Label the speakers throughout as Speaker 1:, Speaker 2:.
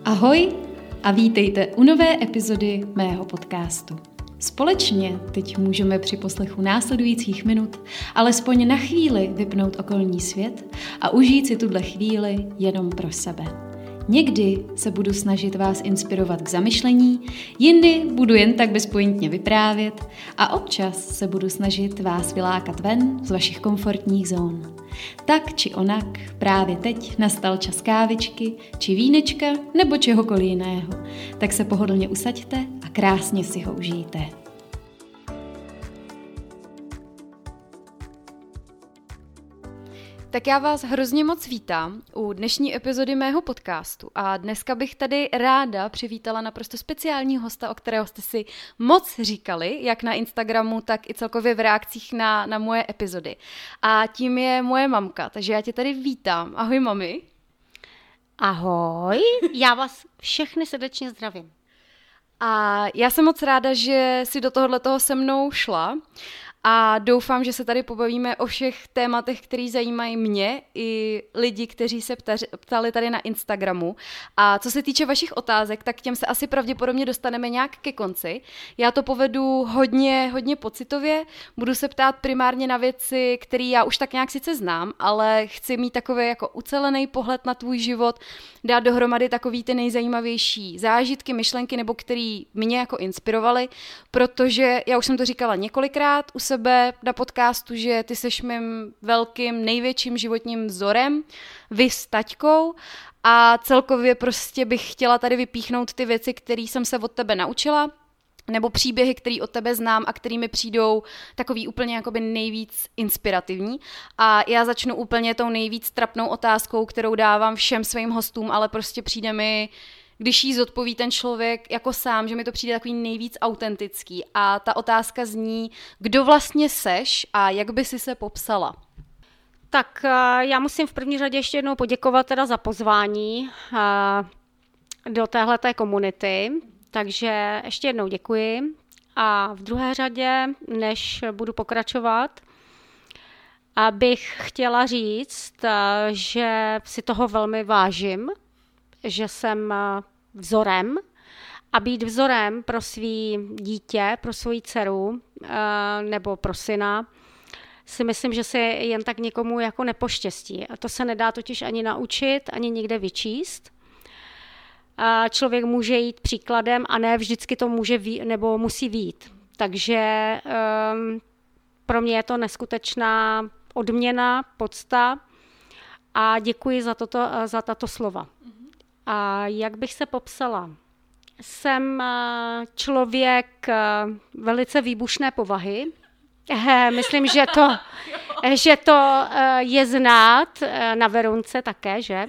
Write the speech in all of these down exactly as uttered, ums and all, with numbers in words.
Speaker 1: Ahoj a vítejte u nové epizody mého podcastu. Společně teď můžeme při poslechu následujících minut alespoň na chvíli vypnout okolní svět a užít si tuhle chvíli jenom pro sebe. Někdy se budu snažit vás inspirovat k zamyšlení, jindy budu jen tak bezpojintně vyprávět a občas se budu snažit vás vylákat ven z vašich komfortních zón. Tak či onak, právě teď nastal čas kávičky, či vínečka nebo čehokoliv jiného. Tak se pohodlně usaďte a krásně si ho užijte.
Speaker 2: Tak já vás hrozně moc vítám u dnešní epizody mého podcastu a dneska bych tady ráda přivítala naprosto speciální hosta, o kterého jste si moc říkali, jak na Instagramu, tak i celkově v reakcích na, na moje epizody. A tím je moje mamka, takže já tě tady vítám. Ahoj mami.
Speaker 3: Ahoj, já vás všechny srdečně zdravím.
Speaker 2: A já jsem moc ráda, že si do tohohletoho se mnou šla. A doufám, že se tady pobavíme o všech tématech, které zajímají mě i lidi, kteří se ptaři, ptali tady na Instagramu. A co se týče vašich otázek, tak k těm se asi pravděpodobně dostaneme nějak ke konci. Já to povedu hodně, hodně pocitově. Budu se ptát primárně na věci, které já už tak nějak sice znám, ale chci mít takový jako ucelený pohled na tvůj život, dát dohromady takový ty nejzajímavější zážitky, myšlenky, nebo který mě jako inspirovaly, protože já už jsem to říkala několikrát u sebe na podcastu, že ty seš mým velkým, největším životním vzorem, vy s taťkou a celkově prostě bych chtěla tady vypíchnout ty věci, které jsem se od tebe naučila, nebo příběhy, které od tebe znám a které mi přijdou takový úplně jakoby nejvíc inspirativní. A já začnu úplně tou nejvíc trapnou otázkou, kterou dávám všem svým hostům, ale prostě přijde mi, když jí zodpoví ten člověk jako sám, že mi to přijde takový nejvíc autentický. A ta otázka zní, kdo vlastně seš a jak by si se popsala?
Speaker 3: Tak já musím v první řadě ještě jednou poděkovat teda za pozvání do téhleté komunity. Takže ještě jednou děkuji. A v druhé řadě, než budu pokračovat, abych chtěla říct, že si toho velmi vážím, že jsem vzorem a být vzorem pro svý dítě, pro svoji dceru nebo pro syna, si myslím, že se jen tak někomu jako nepoštěstí. A to se nedá totiž ani naučit, ani nikde vyčíst. Člověk může jít příkladem a ne vždycky to může vý, nebo musí vyjít. Takže um, pro mě je to neskutečná odměna, podsta a děkuji za, toto, za tato slova. A jak bych se popsala? Jsem člověk velice výbušné povahy. Myslím, že to, že to je znát na Verunce také, že?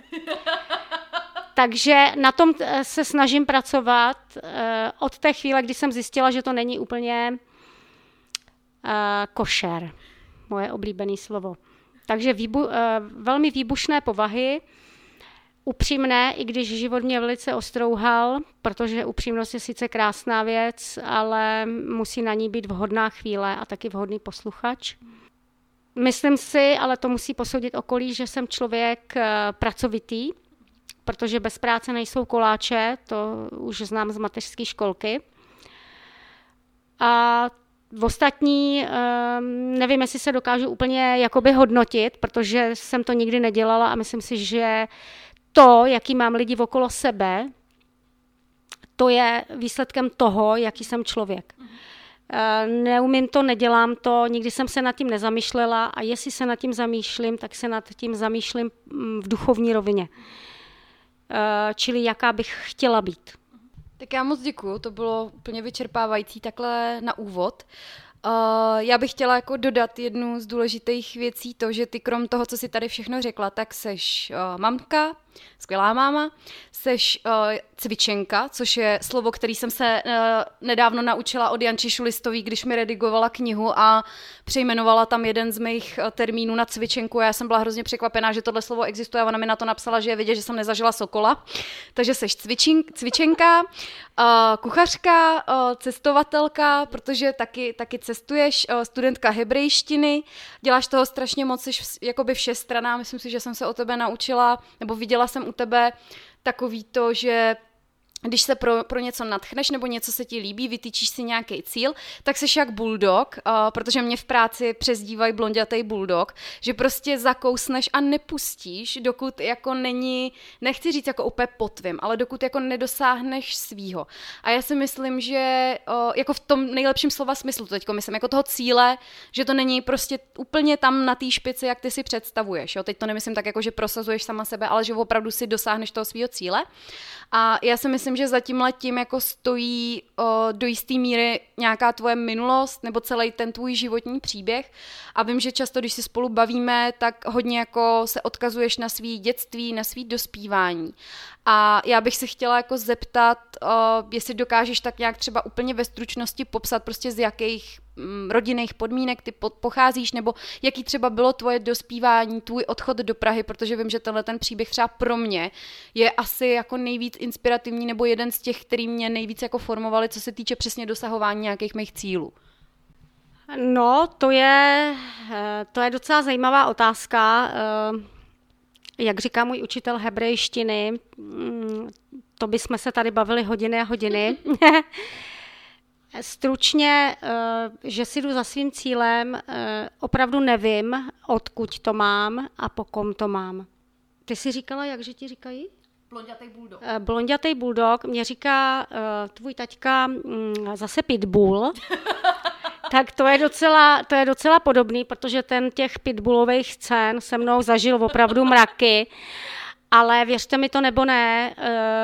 Speaker 3: Takže na tom se snažím pracovat od té chvíle, kdy jsem zjistila, že to není úplně košer, moje oblíbené slovo. Takže výbu, velmi výbušné povahy, upřímné, i když život mě velice ostrouhal, protože upřímnost je sice krásná věc, ale musí na ní být vhodná chvíle a taky vhodný posluchač. Myslím si, ale to musí posoudit okolí, že jsem člověk pracovitý, protože bez práce nejsou koláče, to už znám z mateřské školky. A v ostatní, nevím, jestli se dokážu úplně jakoby hodnotit, protože jsem to nikdy nedělala a myslím si, že to, jaký mám lidi okolo sebe, to je výsledkem toho, jaký jsem člověk. Neumím to, nedělám to, nikdy jsem se nad tím nezamýšlela a jestli se nad tím zamýšlím, tak se nad tím zamýšlím v duchovní rovině. Čili jaká bych chtěla být.
Speaker 2: Tak já moc děkuju, to bylo úplně vyčerpávající takhle na úvod. Uh, já bych chtěla jako dodat jednu z důležitých věcí, to, že ty krom toho, co jsi tady všechno řekla, tak seš uh, mamka, skvělá máma, seš uh, cvičenka, což je slovo, který jsem se uh, nedávno naučila od Janči Šulistový, když mi redigovala knihu a přejmenovala tam jeden z mých uh, termínů na cvičenku a já jsem byla hrozně překvapená, že tohle slovo existuje a ona mi na to napsala, že je vidět, že jsem nezažila sokola. Takže seš cvičen, cvičenka, uh, kuchařka, uh, cestovatelka, protože taky, taky cestuješ, uh, studentka hebrejštiny, děláš toho strašně moc, jsi jakoby všestranná, myslím si, že jsem se o tebe naučila, nebo viděla viděla jsem u tebe takový to, že když se pro, pro něco nadchneš nebo něco se ti líbí, vytýčíš si nějaký cíl, tak seš jak bulldog, uh, protože mě v práci přezdívají blondětej bulldog, že prostě zakousneš a nepustíš, dokud jako není, nechci říct jako úplně po tvým, ale dokud jako nedosáhneš svýho. A já si myslím, že uh, jako v tom nejlepším slova smyslu to teďko myslím, jako toho cíle, že to není prostě úplně tam na té špici, jak ty si představuješ. Jo? Teď to nemyslím tak, jako že prosazuješ sama sebe, ale že opravdu si dosáhneš toho svýho cíle. A já si myslím, že za tímhletím jako stojí o, do jisté míry nějaká tvoje minulost nebo celý ten tvůj životní příběh. A vím, že často, když si spolu bavíme, tak hodně jako se odkazuješ na svý dětství, na svý dospívání. A já bych se chtěla jako zeptat, o, jestli dokážeš tak nějak třeba úplně ve stručnosti popsat prostě z jakých m, rodinných podmínek ty pod, pocházíš, nebo jaký třeba bylo tvoje dospívání, tvůj odchod do Prahy, protože vím, že tenhle ten příběh třeba pro mě je asi jako nejvíc inspirativní nebo jeden z těch, který mě nejvíc jako formovali, co se týče přesně dosahování nějakých mých cílů.
Speaker 3: No, to je, to je docela zajímavá otázka. Jak říká můj učitel hebrejštiny, to bychom se tady bavili hodiny a hodiny. Stručně, že si jdu za svým cílem, opravdu nevím, odkud to mám a po kom to mám. Ty jsi říkala, jakže ti říkají?
Speaker 2: Blonďatej bulldog.
Speaker 3: Blonďatej bulldog. Mě říká tvůj taťka zase pitbull. Tak to je docela, to je docela podobný, protože ten těch pitbullových scén se mnou zažil opravdu mraky, ale věřte mi to nebo ne,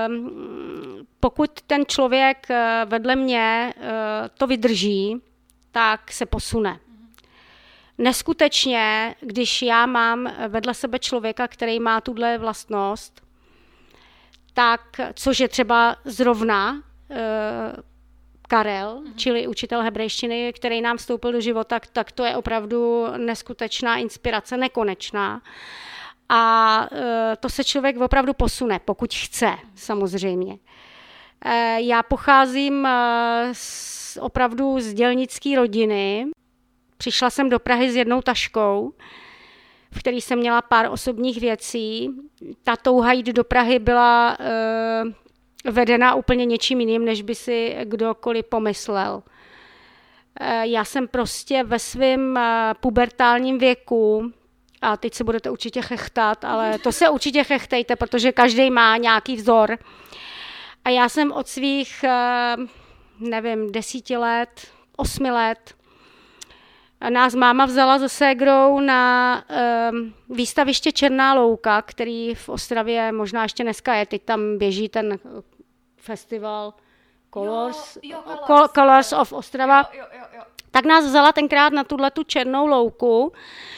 Speaker 3: pokud ten člověk vedle mě to vydrží, tak se posune. Neskutečně, když já mám vedle sebe člověka, který má tuhle vlastnost, tak, což je třeba zrovna Karel, mm-hmm. čili učitel hebrejštiny, který nám vstoupil do života, tak to je opravdu neskutečná inspirace, nekonečná. A e, to se člověk opravdu posune, pokud chce, samozřejmě. E, já pocházím e, z, opravdu z dělnické rodiny. Přišla jsem do Prahy s jednou taškou, v který jsem měla pár osobních věcí. Ta touha jít do Prahy byla E, vedená úplně něčím jiným, než by si kdokoliv pomyslel. Já jsem prostě ve svém pubertálním věku, a teď se budete určitě chechtat, ale to se určitě chechtejte, protože každý má nějaký vzor. A já jsem od svých, nevím, desíti let, osmi let, nás máma vzala se ségrou na výstaviště Černá louka, který v Ostravě možná ještě dneska je, teď tam běží ten festival Colors, jo, jo, Colors, Colors of Ostrava. Jo, jo, jo. Tak nás vzala tenkrát na tuhletu Černou louku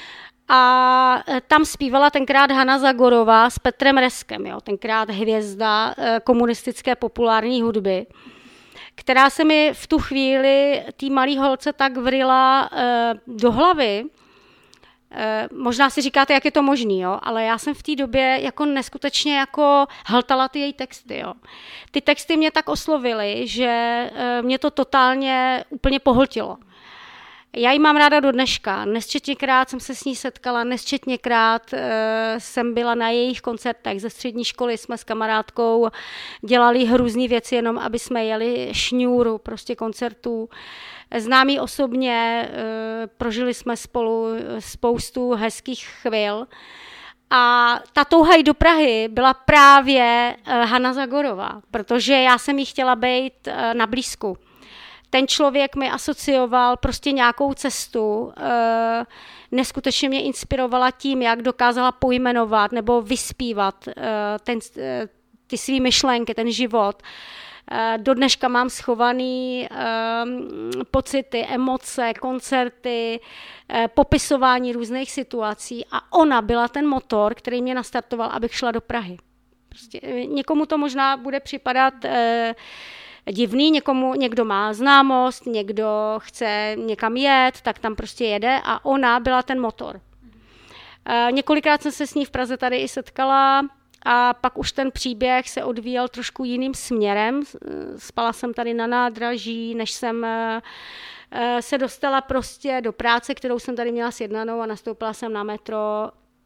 Speaker 3: a tam zpívala tenkrát Hana Zagorová s Petrem Reskem, jo, tenkrát hvězda komunistické populární hudby, která se mi v tu chvíli té malé holce tak vryla e, do hlavy. E, možná si říkáte, jak je to možný, jo? Ale já jsem v té době jako neskutečně jako hltala ty její texty. Jo? Ty texty mě tak oslovily, že e, mě to totálně úplně pohltilo. Já ji mám ráda do dneška. Nesčetněkrát jsem se s ní setkala, nesčetněkrát e, jsem byla na jejich koncertech. Ze střední školy jsme s kamarádkou dělali hrůzný věci, jenom aby jsme jeli šňůru prostě koncertů. Znám ji osobně, e, prožili jsme spolu spoustu hezkých chvil. A ta touha jít do Prahy byla právě e, Hana Zagorová, protože já jsem jí chtěla být e, na blízku. Ten člověk mi asocioval prostě nějakou cestu, e, neskutečně mě inspirovala tím, jak dokázala pojmenovat nebo vyspívat e, ten, e, ty svý myšlenky, ten život. E, do dneška mám schovaný e, pocity, emoce, koncerty, e, popisování různých situací a ona byla ten motor, který mě nastartoval, abych šla do Prahy. Prostě, někomu to možná bude připadat E, divný, někomu, někdo má známost, někdo chce někam jet, tak tam prostě jede a ona byla ten motor. E, několikrát jsem se s ní v Praze tady i setkala a pak už ten příběh se odvíjel trošku jiným směrem. Spala jsem tady na nádraží, než jsem e, se dostala prostě do práce, kterou jsem tady měla sjednanou a nastoupila jsem na metro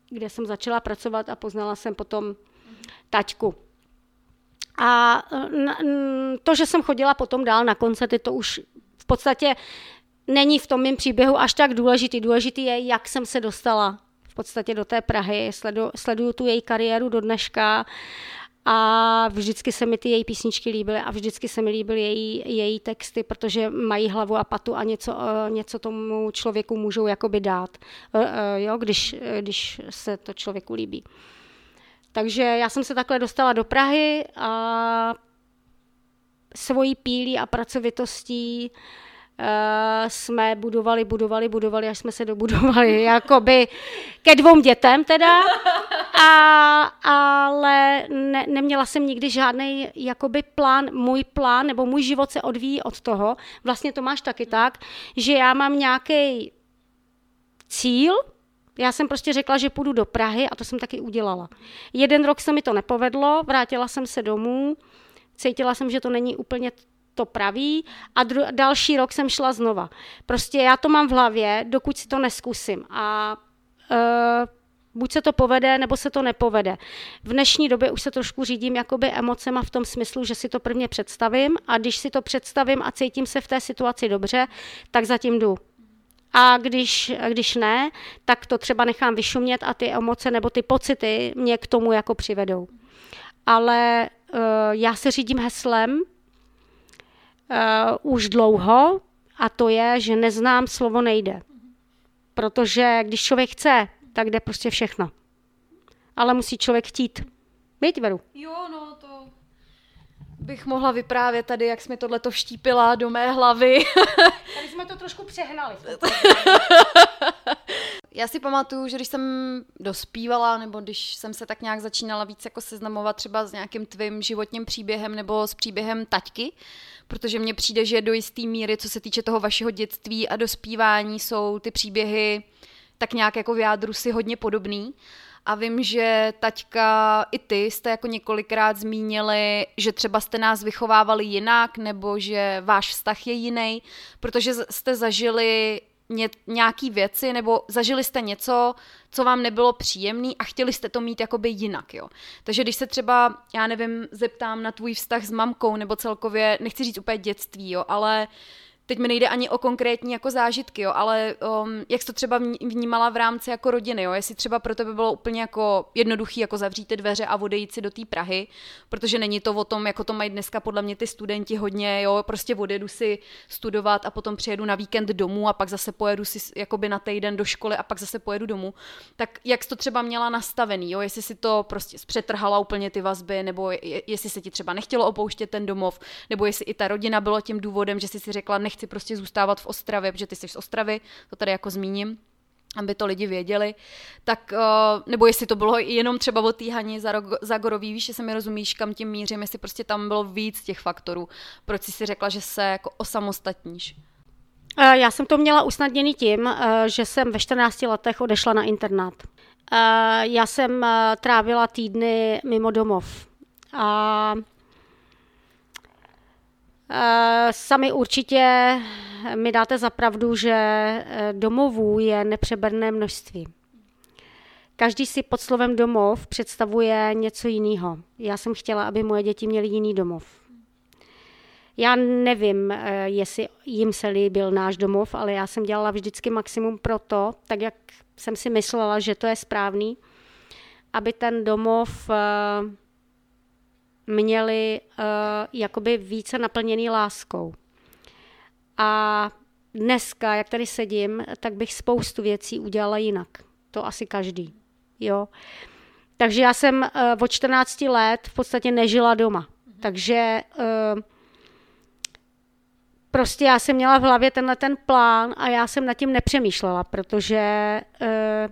Speaker 3: kde jsem začala pracovat a poznala jsem potom taťku. A to, že jsem chodila potom dál na koncerty, to už v podstatě není v tom mým příběhu až tak důležitý. Důležitý je, jak jsem se dostala v podstatě do té Prahy. Sledu, sleduju tu její kariéru do dneška a vždycky se mi ty její písničky líbily a vždycky se mi líbily její, její texty, protože mají hlavu a patu a něco, něco tomu člověku můžou jakoby dát, jo, když, když se to člověku líbí. Takže já jsem se takhle dostala do Prahy a svojí pílí a pracovitostí Uh, jsme budovali, budovali, budovali, až jsme se dobudovali jakoby ke dvou dětem teda, a, ale ne, neměla jsem nikdy žádný jakoby plán, můj plán, nebo můj život se odvíjí od toho, vlastně to máš taky tak, že já mám nějaký cíl, já jsem prostě řekla, že půjdu do Prahy a to jsem taky udělala. Jeden rok se mi to nepovedlo, vrátila jsem se domů, cítila jsem, že to není úplně to praví a dru- další rok jsem šla znova. Prostě já to mám v hlavě, dokud si to neskusím a uh, buď se to povede, nebo se to nepovede. V dnešní době už se trošku řídím jakoby emocema v tom smyslu, že si to prvně představím a když si to představím a cítím se v té situaci dobře, tak zatím jdu. A když, když ne, tak to třeba nechám vyšumět a ty emoce nebo ty pocity mě k tomu jako přivedou. Ale uh, já se řídím heslem Uh, už dlouho a to je, že neznám slovo nejde. Protože když člověk chce, tak jde prostě všechno. Ale musí člověk chtít. Viď, Veru?
Speaker 2: Jo, no to bych mohla vyprávět tady, jak jsi mi tohleto vštípila do mé hlavy.
Speaker 3: Tady jsme to trošku přehnali.
Speaker 2: Já si pamatuju, že když jsem dospívala, nebo když jsem se tak nějak začínala víc jako seznamovat třeba s nějakým tvým životním příběhem nebo s příběhem taťky, protože mně přijde, že do jistý míry, co se týče toho vašeho dětství a dospívání, jsou ty příběhy tak nějak jako v jádru si hodně podobný. A vím, že taťka i ty jste jako několikrát zmínili, že třeba jste nás vychovávali jinak, nebo že váš vztah je jiný, protože jste zažili ně, nějaký věci, nebo zažili jste něco, co vám nebylo příjemný a chtěli jste to mít jakoby jinak, jo. Takže když se třeba, já nevím, zeptám na tvůj vztah s mamkou, nebo celkově, nechci říct úplně dětství, jo, ale teď mi nejde ani o konkrétní jako zážitky, jo, ale um, jak jsi to třeba vnímala v rámci jako rodiny, jo, jestli třeba pro tebe bylo úplně jako jednoduchý jako zavřít ty dveře a odejít si do té Prahy, protože není to o tom, jako to mají dneska podle mě ty studenti hodně, jo, prostě odjedu si studovat a potom přijedu na víkend domů a pak zase pojedu si jakoby na týden do školy a pak zase pojedu domů. Tak jak jsi to třeba měla nastavený, jo, jestli si to prostě zpřetrhala úplně ty vazby, nebo je, jestli se ti třeba nechtělo opouštět ten domov, nebo jestli i ta rodina byla tím důvodem, že jsi si řekla, chci prostě zůstávat v Ostravě, protože ty jsi z Ostravy, to tady jako zmíním, aby to lidi věděli, tak, nebo jestli to bylo jenom třeba o té Haně Zagorový, víš, že se mi rozumíš, kam tím mířím, jestli prostě tam bylo víc těch faktorů, proč jsi si řekla, že se jako osamostatníš?
Speaker 3: Já jsem to měla usnadněný tím, že jsem ve čtrnácti letech odešla na internát. Já jsem trávila týdny mimo domov a Uh, sami určitě mi dáte za pravdu, že domovů je nepřeberné množství. Každý si pod slovem domov představuje něco jiného. Já jsem chtěla, aby moje děti měly jiný domov. Já nevím, jestli jim se líbil náš domov, ale já jsem dělala vždycky maximum pro to, tak jak jsem si myslela, že to je správný, aby ten domov uh, měli uh, jakoby více naplněný láskou. A dneska, jak tady sedím, tak bych spoustu věcí udělala jinak. To asi každý. Jo. Takže já jsem uh, od čtrnácti let v podstatě nežila doma. Mm-hmm. Takže uh, prostě já jsem měla v hlavě tenhle ten plán a já jsem nad tím nepřemýšlela, protože uh,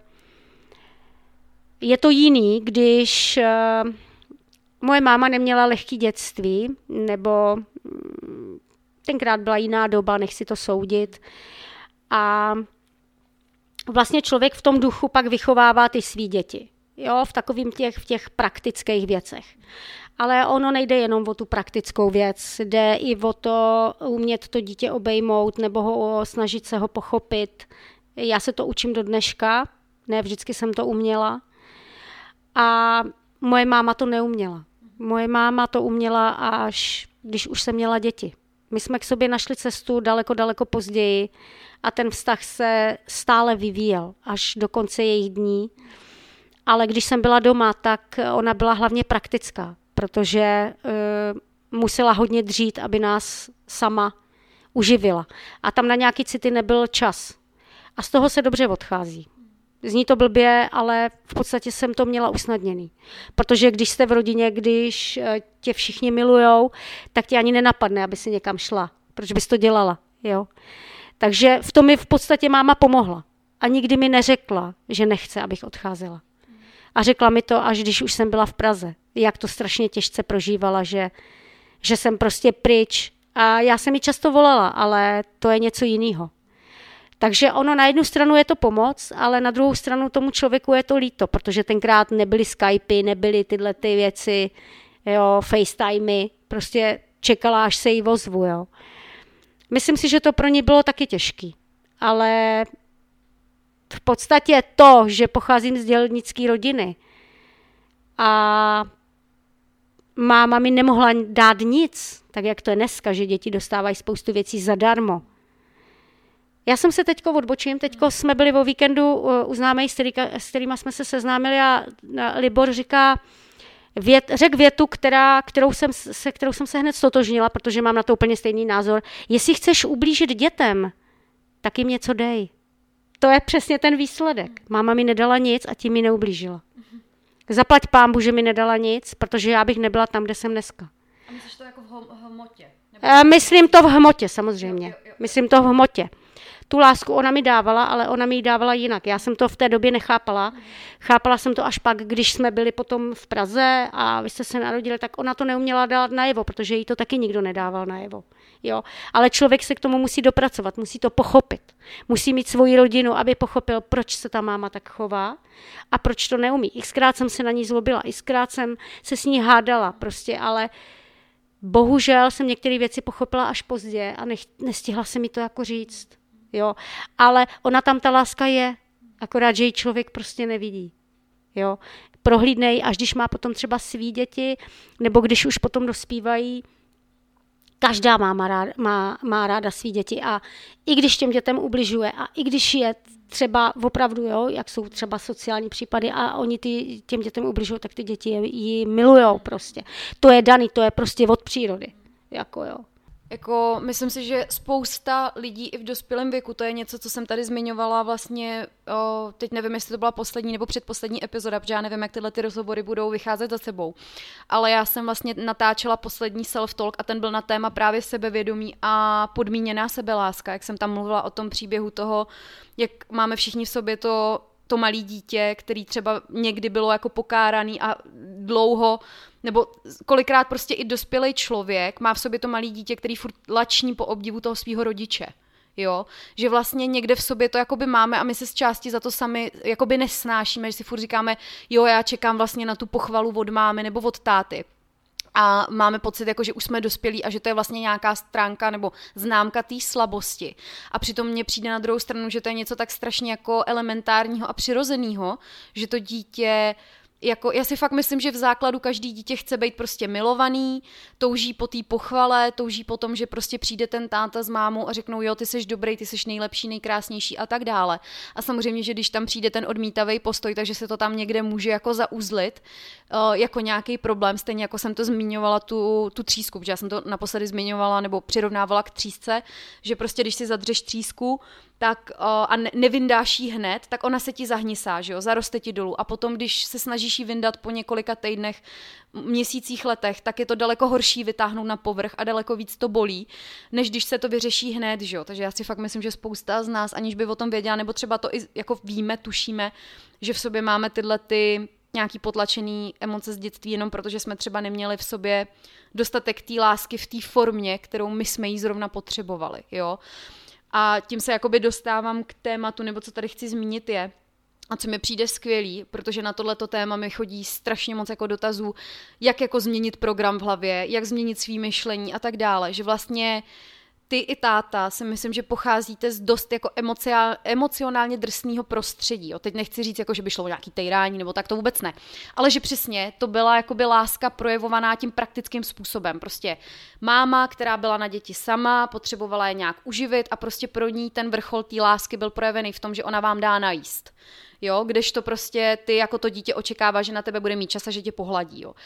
Speaker 3: je to jiný, když uh, moje máma neměla lehký dětství, nebo tenkrát byla jiná doba, nechci to soudit. A vlastně člověk v tom duchu pak vychovává ty svý děti. Jo, v takovým těch, v těch praktických věcech. Ale ono nejde jenom o tu praktickou věc, jde i o to umět to dítě obejmout nebo ho snažit se ho pochopit. Já se to učím do dneška Ne vždycky jsem to uměla. A moje máma to neuměla. Moje máma to uměla až, když už jsem měla děti. My jsme k sobě našli cestu daleko, daleko později a ten vztah se stále vyvíjel až do konce jejich dní. Ale když jsem byla doma, tak ona byla hlavně praktická, protože uh, musela hodně dřít, aby nás sama uživila. A tam na nějaký city nebyl čas. A z toho se dobře odchází. Zní to blbě, ale v podstatě jsem to měla usnadněný. Protože když jste v rodině, když tě všichni milujou, tak tě ani nenapadne, aby si někam šla. Proč bys to dělala? Jo? Takže v tom mi v podstatě máma pomohla. A nikdy mi neřekla, že nechce, abych odcházela. A řekla mi to, až když už jsem byla v Praze. Jak to strašně těžce prožívala, že, že jsem prostě pryč. A já jsem ji často volala, ale to je něco jiného. Takže ono na jednu stranu je to pomoc, ale na druhou stranu tomu člověku je to líto, protože tenkrát nebyly Skypey, nebyly tyhle ty věci, jo, FaceTimey, prostě čekala, až se jí ozvu, jo. Myslím si, že to pro ní bylo taky těžký, ale v podstatě to, že pocházím z dělnické rodiny a máma mi nemohla dát nic, tak jak to je dneska, že děti dostávají spoustu věcí zadarmo. Já jsem se teďko odbočím, teďko jsme byli o víkendu u známých, s kterými jsme se seznámili a Libor říká, vět, řek větu, která, kterou jsem, se kterou jsem se hned stotožnila, protože mám na to úplně stejný názor. Jestli chceš ublížit dětem, tak jim něco dej. To je přesně ten výsledek. Máma mi nedala nic a tím mi neublížila. Zaplať pánbu, že mi nedala nic, protože já bych nebyla tam, kde jsem dneska.
Speaker 2: A myslíš to jako v hmotě?
Speaker 3: Nebo... Myslím to v hmotě, samozřejmě. Jo, jo, jo. Myslím to v hmotě. Tu lásku ona mi dávala, ale ona mi ji dávala jinak. Já jsem to v té době nechápala. Chápala jsem to až pak, když jsme byli potom v Praze a vy jste se narodili, tak ona to neuměla dát najevo, protože jí to taky nikdo nedával najevo. Jo? Ale člověk se k tomu musí dopracovat, musí to pochopit. Musí mít svoji rodinu, aby pochopil, proč se ta máma tak chová a proč to neumí. Xkrát jsem se na ní zlobila, xkrát jsem se s ní hádala, prostě, ale bohužel jsem některé věci pochopila až pozdě a nech, nestihla se mi to jako říct. Jo, ale ona tam ta láska je, akorát, že ji člověk prostě nevidí. Jo, prohlídnej, až když má potom třeba svý děti, nebo když už potom dospívají, každá máma ráda, má, má ráda svý děti a i když těm dětem ubližuje a i když je třeba opravdu, jo, jak jsou třeba sociální případy a oni ty, těm dětem ubližují, tak ty děti ji milujou prostě. To je daný, to je prostě od přírody. Jako jo.
Speaker 2: Jako, myslím si, že spousta lidí i v dospělém věku, to je něco, co jsem tady zmiňovala vlastně, o, teď nevím, jestli to byla poslední nebo předposlední epizoda, protože já nevím, jak tyhle ty rozhovory budou vycházet za sebou, ale já jsem vlastně natáčela poslední self-talk a ten byl na téma právě sebevědomí a podmíněná sebeláska, jak jsem tam mluvila o tom příběhu toho, jak máme všichni v sobě to, to malé dítě, který třeba někdy bylo jako pokáraný a dlouho, nebo kolikrát prostě i dospělý člověk má v sobě to malé dítě, který furt lační po obdivu toho svého rodiče. Jo? Že vlastně někde v sobě to jakoby máme a my se z části za to sami jakoby nesnášíme, že si furt říkáme, jo, já čekám vlastně na tu pochvalu od mámy nebo od táty. A máme pocit, jako, že už jsme dospělí a že to je vlastně nějaká stránka nebo známka té slabosti. A přitom mně přijde na druhou stranu, že to je něco tak strašně jako elementárního a přirozeného, že to dítě... Jako, já si fakt myslím, že v základu každý dítě chce být prostě milovaný, touží po té pochvale, touží po tom, že prostě přijde ten táta s mámou a řeknou, jo, ty seš dobrý, ty seš nejlepší, nejkrásnější a tak dále. A samozřejmě, že když tam přijde ten odmítavý postoj, takže se to tam někde může jako zauzlit uh, jako nějaký problém, stejně jako jsem to zmiňovala tu, tu třísku, protože já jsem to naposledy zmiňovala nebo přirovnávala k třísce, že prostě když si zadřeš třísku, tak uh, a ne, nevyndáš jí hned, tak ona se ti zahnisá, že jo, zaroste ti dolů a potom, když se snažíš jí vyndat po několika týdnech, měsících, letech, tak je to daleko horší vytáhnout na povrch a daleko víc to bolí, než když se to vyřeší hned, že jo, takže já si fakt myslím, že spousta z nás, aniž by o tom věděla, nebo třeba to i jako víme, tušíme, že v sobě máme tyhle ty nějaký potlačený emoce z dětství, jenom protože jsme třeba neměli v sobě dostatek té lásky v té formě, kterou my jsme jí zrovna potřebovali, jo. A tím se jakoby dostávám k tématu, nebo co tady chci zmínit je, a co mi přijde skvělý, protože na tohleto téma mi chodí strašně moc jako dotazů, jak jako změnit program v hlavě, jak změnit svý myšlení a tak dále, že vlastně ty i táta si myslím, že pocházíte z dost jako emocia, emocionálně drsného prostředí. Jo. Teď nechci říct, jako, že by šlo o nějaký tejrání, nebo tak, to vůbec ne. Ale že přesně to byla jakoby láska projevovaná tím praktickým způsobem. Prostě máma, která byla na děti sama, potřebovala je nějak uživit a prostě pro ní ten vrchol té lásky byl projevený v tom, že ona vám dá najíst. Jo, kdežto prostě ty jako to dítě očekává, že na tebe bude mít čas a že tě pohladí. Jo.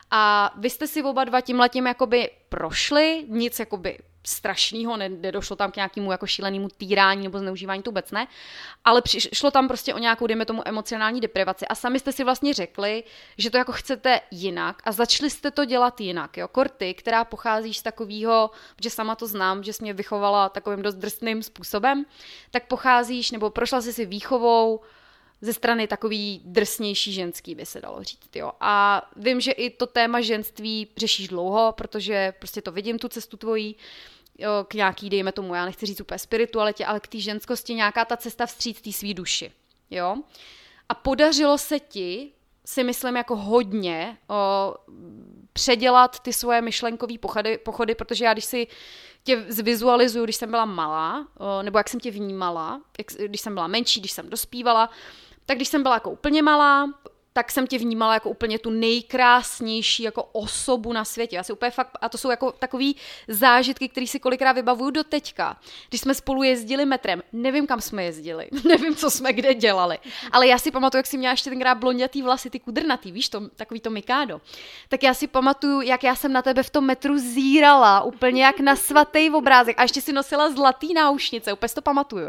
Speaker 2: A vy jste si oba dva tímhletím jakoby prošli, nic jakoby strašného, nedošlo tam k nějakému jako šílenému týrání nebo zneužívání, to vůbec ne, ale šlo tam prostě o nějakou, dejme tomu, emocionální deprivaci a sami jste si vlastně řekli, že to jako chcete jinak a začali jste to dělat jinak, jo, Korty, která pocházíš z takového, že sama to znám, že jsi mě vychovala takovým dost drsným způsobem, tak pocházíš, nebo prošla jsi si výchovou ze strany takový drsnější ženský, by se dalo říct, jo. A vím, že i to téma ženství řešíš dlouho, protože prostě to vidím, tu cestu tvojí, jo, k nějaký, dejme tomu, já nechci říct úplně spiritualitě, ale k té ženskosti nějaká ta cesta vstříc té svý duši, jo. A podařilo se ti, si myslím, jako hodně o, předělat ty svoje myšlenkové pochody, pochody, protože já, když si tě zvizualizuju, když jsem byla malá, o, nebo jak jsem tě vnímala, jak, když jsem byla menší, když jsem dospívala, tak když jsem byla jako úplně malá, tak jsem tě vnímala jako úplně tu nejkrásnější jako osobu na světě. Já si úplně fakt, a to jsou jako takový zážitky, které si kolikrát vybavuju do teďka. Když jsme spolu jezdili metrem, nevím, kam jsme jezdili, nevím, co jsme kde dělali, ale já si pamatuju, jak jsi měla ještě tenkrát blondětý vlasy, ty kudrnatý, víš, to, takový to Mikado. Tak já si pamatuju, jak já jsem na tebe v tom metru zírala, úplně jak na svatý obrázek a ještě si nosila zlatý náušnice, úplně si to pamatuju.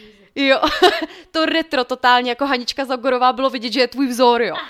Speaker 2: Jo, to retro totálně, jako Hanička Zagorová, bylo vidět, že je tvůj vzor, jo.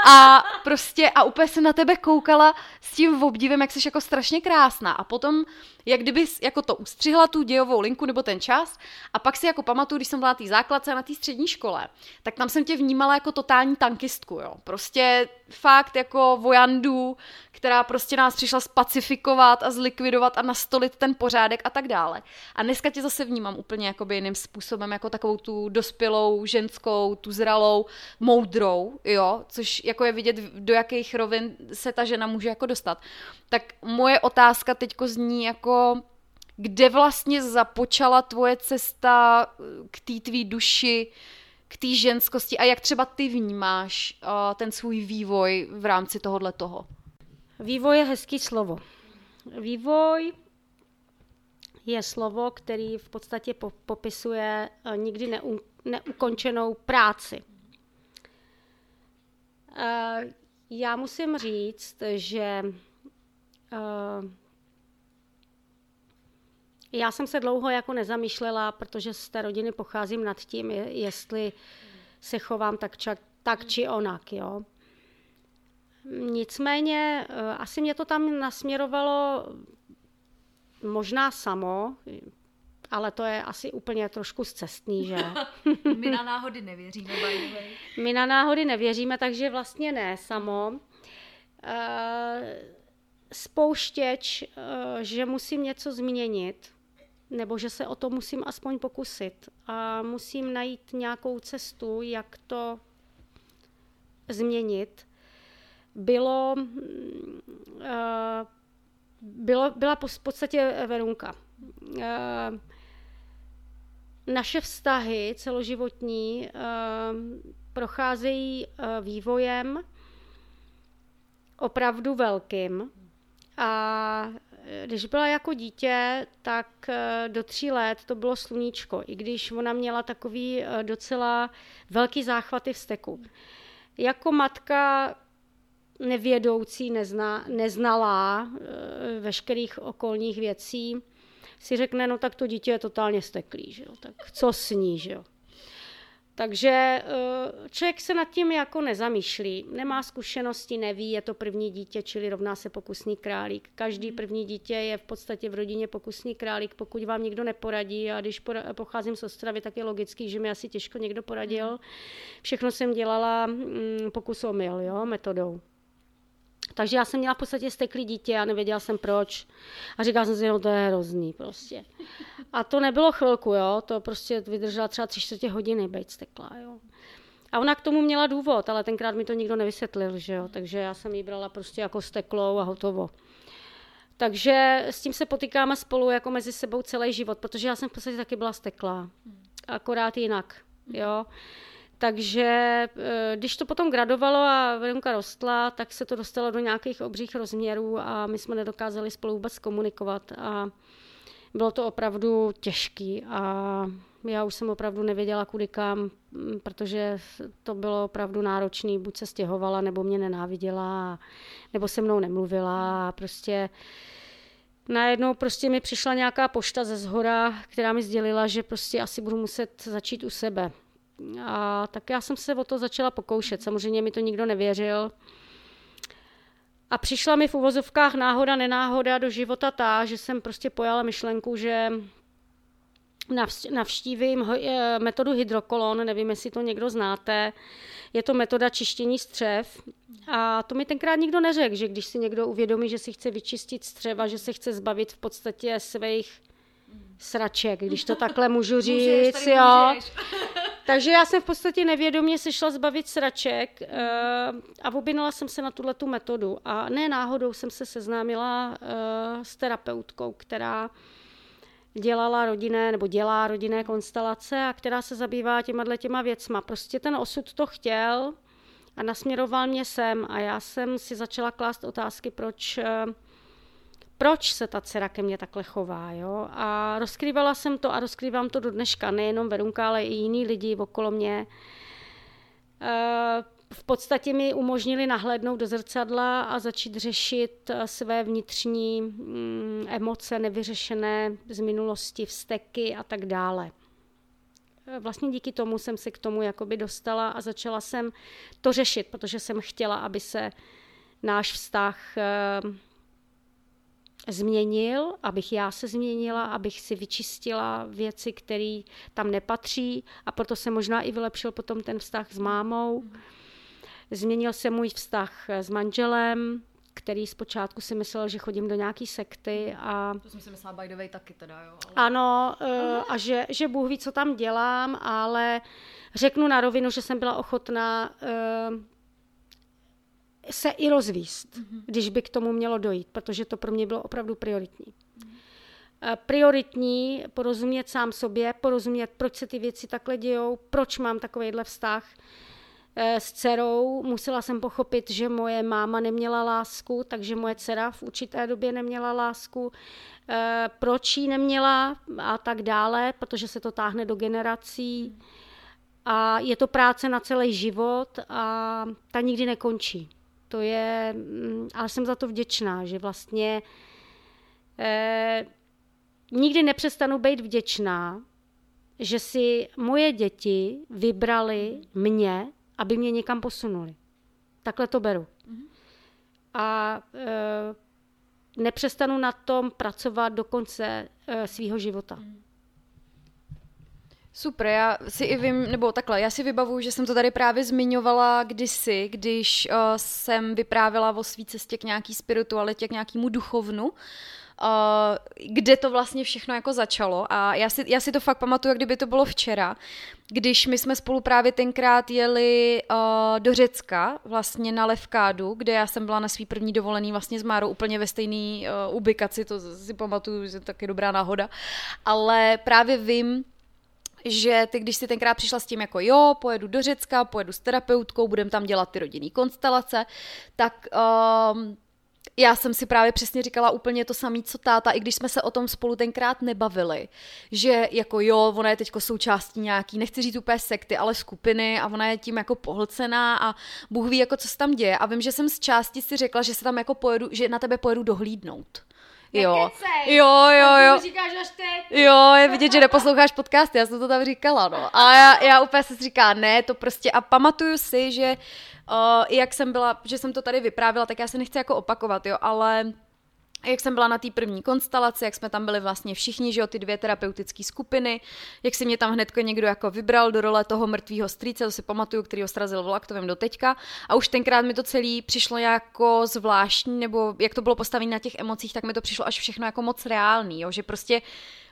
Speaker 2: A prostě, a úplně jsem na tebe koukala s tím obdivem, jak jsi jako strašně krásná. A potom, jak kdyby jako to ustřihla tu dějovou linku nebo ten čas, a pak si jako pamatuju, když jsem byla na té základce a na té střední škole, tak tam jsem tě vnímala jako totální tankistku, jo. Prostě fakt jako vojandu, která prostě nás přišla spacifikovat a zlikvidovat a nastolit ten pořádek a tak dále. A dneska tě zase vnímám úplně jakoby jiným způsobem, jako takovou tu dospělou, ženskou, tu zralou, moudrou, jo, což jako je vidět, do jakých rovin se ta žena může jako dostat. Tak moje otázka teďko zní jako, kde vlastně započala tvoje cesta k té tvý duši, k té ženskosti a jak třeba ty vnímáš uh, ten svůj vývoj v rámci tohohle toho?
Speaker 3: Vývoj je hezký slovo. Vývoj je slovo, který v podstatě popisuje nikdy neu, neukončenou práci. Já musím říct, že já jsem se dlouho jako nezamýšlela, protože z té rodiny pocházím nad tím, jestli se chovám tak, či, tak či onak, jo. Nicméně asi mě to tam nasměrovalo možná samo, ale to je asi úplně trošku zcestný, že?
Speaker 2: My na náhody nevěříme, by the way.
Speaker 3: My na náhody nevěříme, takže vlastně ne samo. Spouštěč, že musím něco změnit, nebo že se o to musím aspoň pokusit. A musím najít nějakou cestu, jak to změnit. Bylo, bylo, byla v podstatě Verunka. Naše vztahy celoživotní procházejí vývojem opravdu velkým. A když byla jako dítě, tak do tří let to bylo sluníčko, i když ona měla takový docela velký záchvaty vzteku. Jako matka nevědoucí, nezna, neznalá e, veškerých okolních věcí, si řekne, no tak to dítě je totálně steklý, že jo? Tak co s ní, že jo? Takže e, člověk se nad tím jako nezamýšlí, nemá zkušenosti, neví, je to první dítě, čili rovná se pokusný králík. Každý první dítě je v podstatě v rodině pokusný králík, pokud vám někdo neporadí, a když pocházím z Ostravy, tak je logický, že mi asi těžko někdo poradil. Všechno jsem dělala mm, pokus omyl, jo, metodou. Takže já jsem měla v podstatě steklý dítě a nevěděla jsem proč. A říkala jsem si, no to je hrozný prostě. A to nebylo chvilku, jo, to prostě vydržela třeba tři čtvrtě hodiny být steklá, jo. A ona k tomu měla důvod, ale tenkrát mi to nikdo nevysvětlil, že jo, takže já jsem ji brala prostě jako steklou a hotovo. Takže s tím se potýkáme spolu jako mezi sebou celý život, protože já jsem v podstatě taky byla steklá, akorát jinak, jo. Takže když to potom gradovalo a Verunka rostla, tak se to dostalo do nějakých obřích rozměrů a my jsme nedokázali spolu vůbec komunikovat a bylo to opravdu těžký a já už jsem opravdu nevěděla kudy kam, protože to bylo opravdu náročný, buď se stěhovala, nebo mě nenáviděla, nebo se mnou nemluvila a prostě najednou prostě mi přišla nějaká pošta ze zhora, která mi sdělila, že prostě asi budu muset začít u sebe. A tak já jsem se o to začala pokoušet, samozřejmě mi to nikdo nevěřil. A přišla mi v uvozovkách náhoda, nenáhoda do života ta, že jsem prostě pojala myšlenku, že navštívím metodu hydrokolon, nevím, jestli to někdo znáte. Je to metoda čištění střev a to mi tenkrát nikdo neřekl, že když si někdo uvědomí, že si chce vyčistit střeva, že se chce zbavit v podstatě svých sraček, když to takhle můžu říct. Můžeš, jo. Takže já jsem v podstatě nevědomě se šla zbavit sraček uh, a objednala jsem se na tuhletu metodu. A ne náhodou jsem se seznámila uh, s terapeutkou, která dělala rodinné, nebo dělá rodinné konstelace a která se zabývá těma těma věcma. Prostě ten osud to chtěl a nasměroval mě sem a já jsem si začala klást otázky, proč, proč se ta dcera ke mně takhle chová. Jo? A rozkrývala jsem to a rozkrývám to do dneška, nejenom Verunka, ale i jiní lidi okolo mě. V podstatě mi umožnili nahlédnout do zrcadla a začít řešit své vnitřní mm, emoce nevyřešené z minulosti, vzteky a tak dále. Vlastně díky tomu jsem se k tomu jakoby dostala a začala jsem to řešit, protože jsem chtěla, aby se náš vztah e, změnil, abych já se změnila, abych si vyčistila věci, které tam nepatří a proto se možná i vylepšil potom ten vztah s mámou. Změnil se můj vztah s manželem, který zpočátku si myslel, že chodím do nějaký sekty. A
Speaker 2: to jsem si myslela by the way taky teda, jo. Ale...
Speaker 3: Ano, uh, a že, že Bůh ví, co tam dělám, ale řeknu na rovinu, že jsem byla ochotná uh, se i rozvíst, mm-hmm. když by k tomu mělo dojít, protože to pro mě bylo opravdu prioritní. Mm-hmm. Uh, prioritní porozumět sám sobě, porozumět, proč se ty věci takhle dějou, proč mám takovejhle vztah s dcerou. Musela jsem pochopit, že moje máma neměla lásku, takže moje dcera v určité době neměla lásku. E, proč ji neměla a tak dále, protože se to táhne do generací. A je to práce na celý život a ta nikdy nekončí. To je, ale jsem za to vděčná, že vlastně e, nikdy nepřestanu být vděčná, že si moje děti vybrali mě, aby mě někam posunuli. Takhle to beru. Mm-hmm. A e, nepřestanu na tom pracovat do konce e, svýho života. Mm.
Speaker 2: Super, já si i vím, nebo takhle, já si vybavuju, že jsem to tady právě zmiňovala kdysi, když uh, jsem vyprávěla o svý cestě k nějaký spiritualitě, k nějakému duchovnu, Uh, kde to vlastně všechno jako začalo a já si, já si to fakt pamatuju, jak kdyby to bylo včera, když my jsme spolu právě tenkrát jeli uh, do Řecka, vlastně na Levkádu, kde já jsem byla na svý první dovolený vlastně s Márou úplně ve stejné uh, ubikaci, to si pamatuju, že to taky dobrá náhoda, ale právě vím, že ty, když jsi tenkrát přišla s tím jako jo, pojedu do Řecka, pojedu s terapeutkou, budem tam dělat ty rodinný konstelace, tak um, já jsem si právě přesně říkala úplně to samé, co táta, i když jsme se o tom spolu tenkrát nebavili, že jako jo, ona je teďko součástí nějaký, nechci říct úplně sekty, ale skupiny a ona je tím jako pohlcená a Bůh ví, jako co se tam děje a vím, že jsem z části si řekla, že se tam jako pojedu, že na tebe pojedu dohlídnout. Jo, jo, jo, jo.
Speaker 3: Říkáš až teď.
Speaker 2: Jo, je vidět, že neposloucháš podcasty, já jsem to tam říkala, no. A já, já úplně se říká, ne, to prostě, a pamatuju si, že uh, jak jsem byla, že jsem to tady vyprávěla, tak já se nechci jako opakovat, jo, ale jak jsem byla na té první konstelaci, jak jsme tam byli vlastně všichni, že jo, ty dvě terapeutické skupiny, jak si mě tam hnedko někdo jako vybral do role toho mrtvýho strýce, to si pamatuju, který ho srazil vlak, to vím do teďka. A už tenkrát mi to celý přišlo jako zvláštní, nebo jak to bylo postavené na těch emocích, tak mi to přišlo až všechno jako moc reálný, jo, že prostě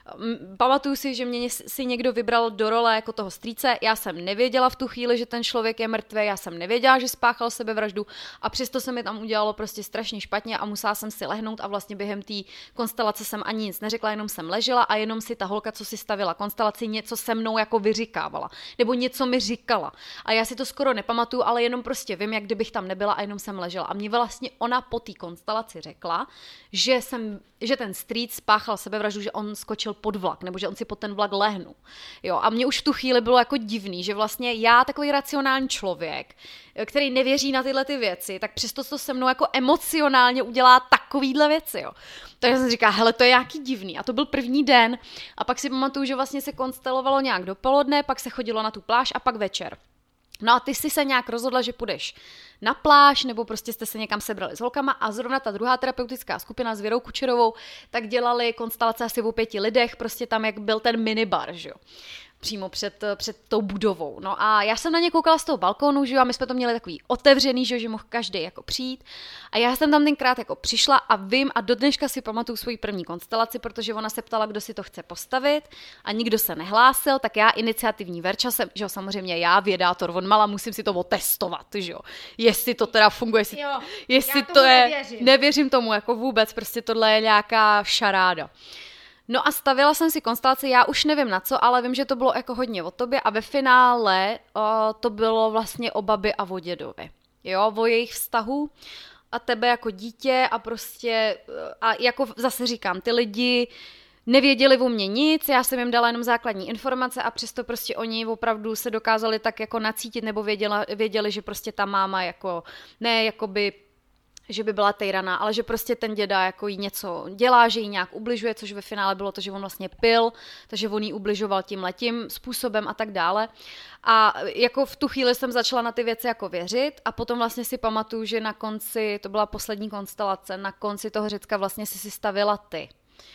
Speaker 2: Pamatuju si, že mě si někdo vybral do role jako toho strýce, já jsem nevěděla v tu chvíli, že ten člověk je mrtvý, já jsem nevěděla, že spáchal sebevraždu a přesto se mi tam udělalo prostě strašně špatně a musela jsem si lehnout a vlastně během té konstelace jsem ani nic neřekla, jenom jsem ležela a jenom si ta holka, co si stavila konstelaci, něco se mnou jako vyříkávala, nebo něco mi říkala. A já si to skoro nepamatuju, ale jenom prostě vím, jak kdybych tam nebyla a jenom jsem ležela. A mě vlastně ona po té konstelaci řekla, že jsem, že ten strýc spáchal sebevraždu, že on skočil pod vlak, nebo že on si pod ten vlak lehnul. Jo, a mě už v tu chvíli bylo jako divný, že vlastně já, takový racionální člověk, který nevěří na tyhle ty věci, tak přesto to se mnou jako emocionálně udělá takovýhle věci, jo. Takže jsem říkala, hele, to je nějaký divný. A to byl první den a pak si pamatuju, že vlastně se konstelovalo nějak dopoledne, pak se chodilo na tu pláž a pak večer. No a ty jsi se nějak rozhodla, že půjdeš na pláž, nebo prostě jste se někam sebrali s holkama a zrovna ta druhá terapeutická skupina s Věrou Kučerovou, tak dělali konstelace asi o pěti lidech, prostě tam jak byl ten minibar, že jo. Přímo před, před tou budovou. No a já jsem na ně koukala z toho balkónu, že jo, a my jsme to měli takový otevřený, že jo, že mohl každý jako přijít. A já jsem tam tenkrát jako přišla a vím a do dneška si pamatuju svoji první konstelaci, protože ona se ptala, kdo si to chce postavit a nikdo se nehlásil, tak já iniciativní Verča jsem, že jo, samozřejmě já, vědátor od mala, musím si to otestovat, že jo. Jestli to teda funguje, jestli,
Speaker 3: jo,
Speaker 2: jestli to je, nevěřím. nevěřím tomu jako vůbec, prostě tohle je nějaká šaráda. No a stavila jsem si konstelaci, já už nevím na co, ale vím, že to bylo jako hodně o tobě a ve finále o, to bylo vlastně o babi a o dědovi. Jo, o jejich vztahu a tebe jako dítě a prostě, a jako zase říkám, ty lidi nevěděli o mě nic, já jsem jim dala jenom základní informace a přesto prostě oni opravdu se dokázali tak jako nacítit nebo věděla, věděli, že prostě ta máma jako, ne jakoby, že by byla tejraná, ale že prostě ten děda jako jí něco dělá, že jí nějak ubližuje, což ve finále bylo to, že on vlastně pil, takže on jí ubližoval tímhletím způsobem a tak dále. A jako v tu chvíli jsem začala na ty věci jako věřit a potom vlastně si pamatuju, že na konci, to byla poslední konstelace, na konci toho Řecka vlastně si si stavila ty.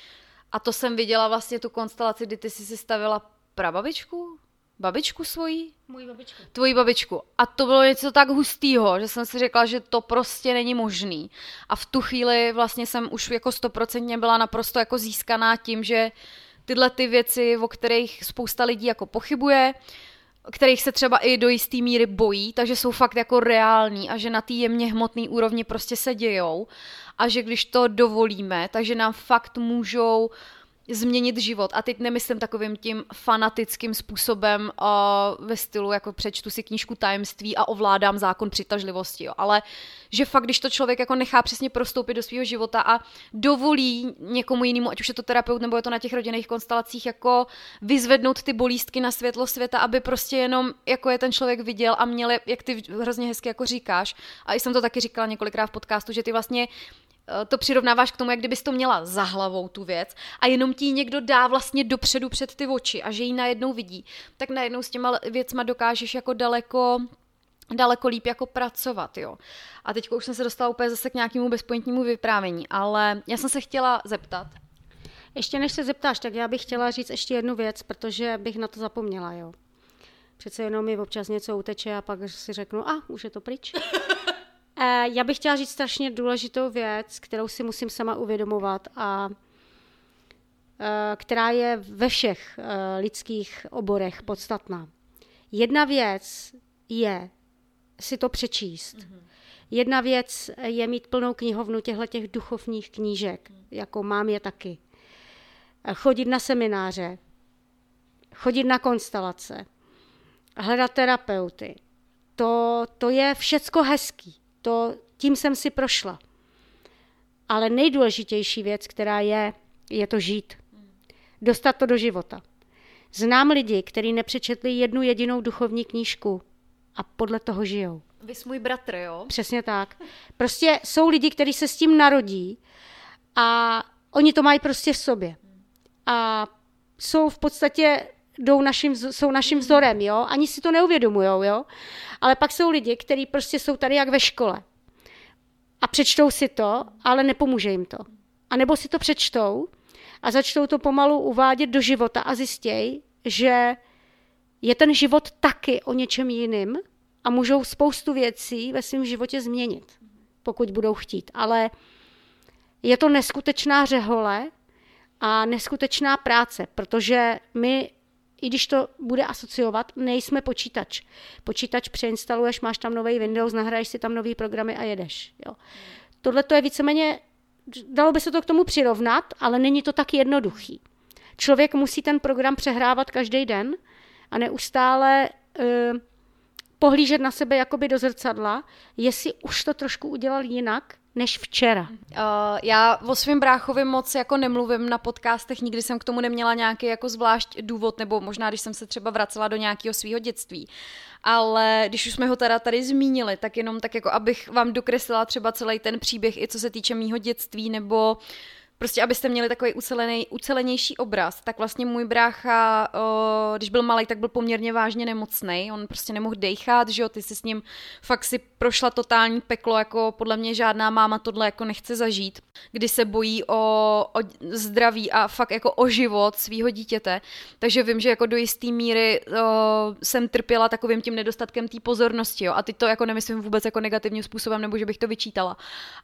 Speaker 2: A to jsem viděla vlastně tu konstelaci, kdy ty si si stavila prababičku? Babičku svojí?
Speaker 3: Mojí babičku.
Speaker 2: Tvojí babičku. A to bylo něco tak hustýho, že jsem si řekla, že to prostě není možný. A v tu chvíli vlastně jsem už jako stoprocentně byla naprosto jako získaná tím, že tyhle ty věci, o kterých spousta lidí jako pochybuje, kterých se třeba i do jistý míry bojí, takže jsou fakt jako reální a že na té jemně hmotné úrovni prostě se dějou a že když to dovolíme, takže nám fakt můžou změnit život. A teď nemyslím takovým tím fanatickým způsobem uh, ve stylu, jako přečtu si knížku Tajemství a ovládám zákon přitažlivosti, jo. Ale že fakt, když to člověk jako nechá přesně prostoupit do svého života a dovolí někomu jinému, ať už je to terapeut, nebo je to na těch rodinných konstelacích, jako vyzvednout ty bolístky na světlo světa, aby prostě jenom, jako je ten člověk viděl a měl, jak ty hrozně hezky jako říkáš, a i jsem to taky říkala několikrát v podcastu, že ty vlastně to přirovnáváš k tomu, jak kdybys to měla za hlavou tu věc a jenom ti někdo dá vlastně dopředu před ty oči a že ji najednou vidí, tak najednou s těma věcma dokážeš jako daleko, daleko líp jako pracovat, jo. A teď už jsem se dostala úplně zase k nějakému bezpointnímu vyprávění, ale já jsem se chtěla zeptat.
Speaker 3: Ještě než se zeptáš, tak já bych chtěla říct ještě jednu věc, protože bych na to zapomněla, jo. Přece jenom mi občas něco uteče a pak si řeknu, a už je to pryč. Já bych chtěla říct strašně důležitou věc, kterou si musím sama uvědomovat a která je ve všech lidských oborech podstatná. Jedna věc je si to přečíst. Mm-hmm. Jedna věc je mít plnou knihovnu těchto duchovních knížek, mm. jako mám je taky. Chodit na semináře, chodit na konstelace, hledat terapeuty. To, to je všecko hezký. To, tím jsem si prošla. Ale nejdůležitější věc, která je, je to žít. Dostat to do života. Znám lidi, kteří nepřečetli jednu jedinou duchovní knížku a podle toho žijou.
Speaker 2: Vy jsi můj bratr, jo?
Speaker 3: Přesně tak. Prostě jsou lidi, kteří se s tím narodí a oni to mají prostě v sobě. A jsou v podstatě jdou našim, jsou naším vzorem, jo? Ani si to neuvědomujou, jo? Ale pak jsou lidi, kteří prostě jsou tady jak ve škole. A přečtou si to, ale nepomůže jim to. A nebo si to přečtou a začnou to pomalu uvádět do života a zjistějí, že je ten život taky o něčem jiným a můžou spoustu věcí ve svém životě změnit, pokud budou chtít. Ale je to neskutečná řehole a neskutečná práce, protože my, i když to bude asociovat, nejsme počítač. Počítač přeinstaluješ, máš tam nový Windows, nahraješ si tam nový programy a jedeš. Jo. Tohle to je víceméně, dalo by se to k tomu přirovnat, ale není to tak jednoduchý. Člověk musí ten program přehrávat každý den a neustále e, pohlížet na sebe jakoby do zrcadla, jestli už to trošku udělal jinak, než včera.
Speaker 2: Uh, já o svém bráchovi moc jako nemluvím na podcastech, nikdy jsem k tomu neměla nějaký jako zvlášť důvod, nebo možná, když jsem se třeba vracela do nějakého svého dětství. Ale když už jsme ho teda tady zmínili, tak jenom tak jako abych vám dokreslila třeba celý ten příběh, i co se týče mýho dětství, nebo prostě abyste měli takový ucelený, ucelenější obraz, tak vlastně můj brácha, o, když byl malý, tak byl poměrně vážně nemocnej, on prostě nemohl dejchat, že jo, ty si s ním fakt si prošla totální peklo, jako podle mě žádná máma tohle jako nechce zažít, kdy se bojí o, o zdraví a fakt jako o život svýho dítěte, takže vím, že jako do jistý míry o, jsem trpěla takovým tím nedostatkem té pozornosti, jo, a teď to jako nemyslím vůbec jako negativním způsobem, nebo že bych to vyčítala,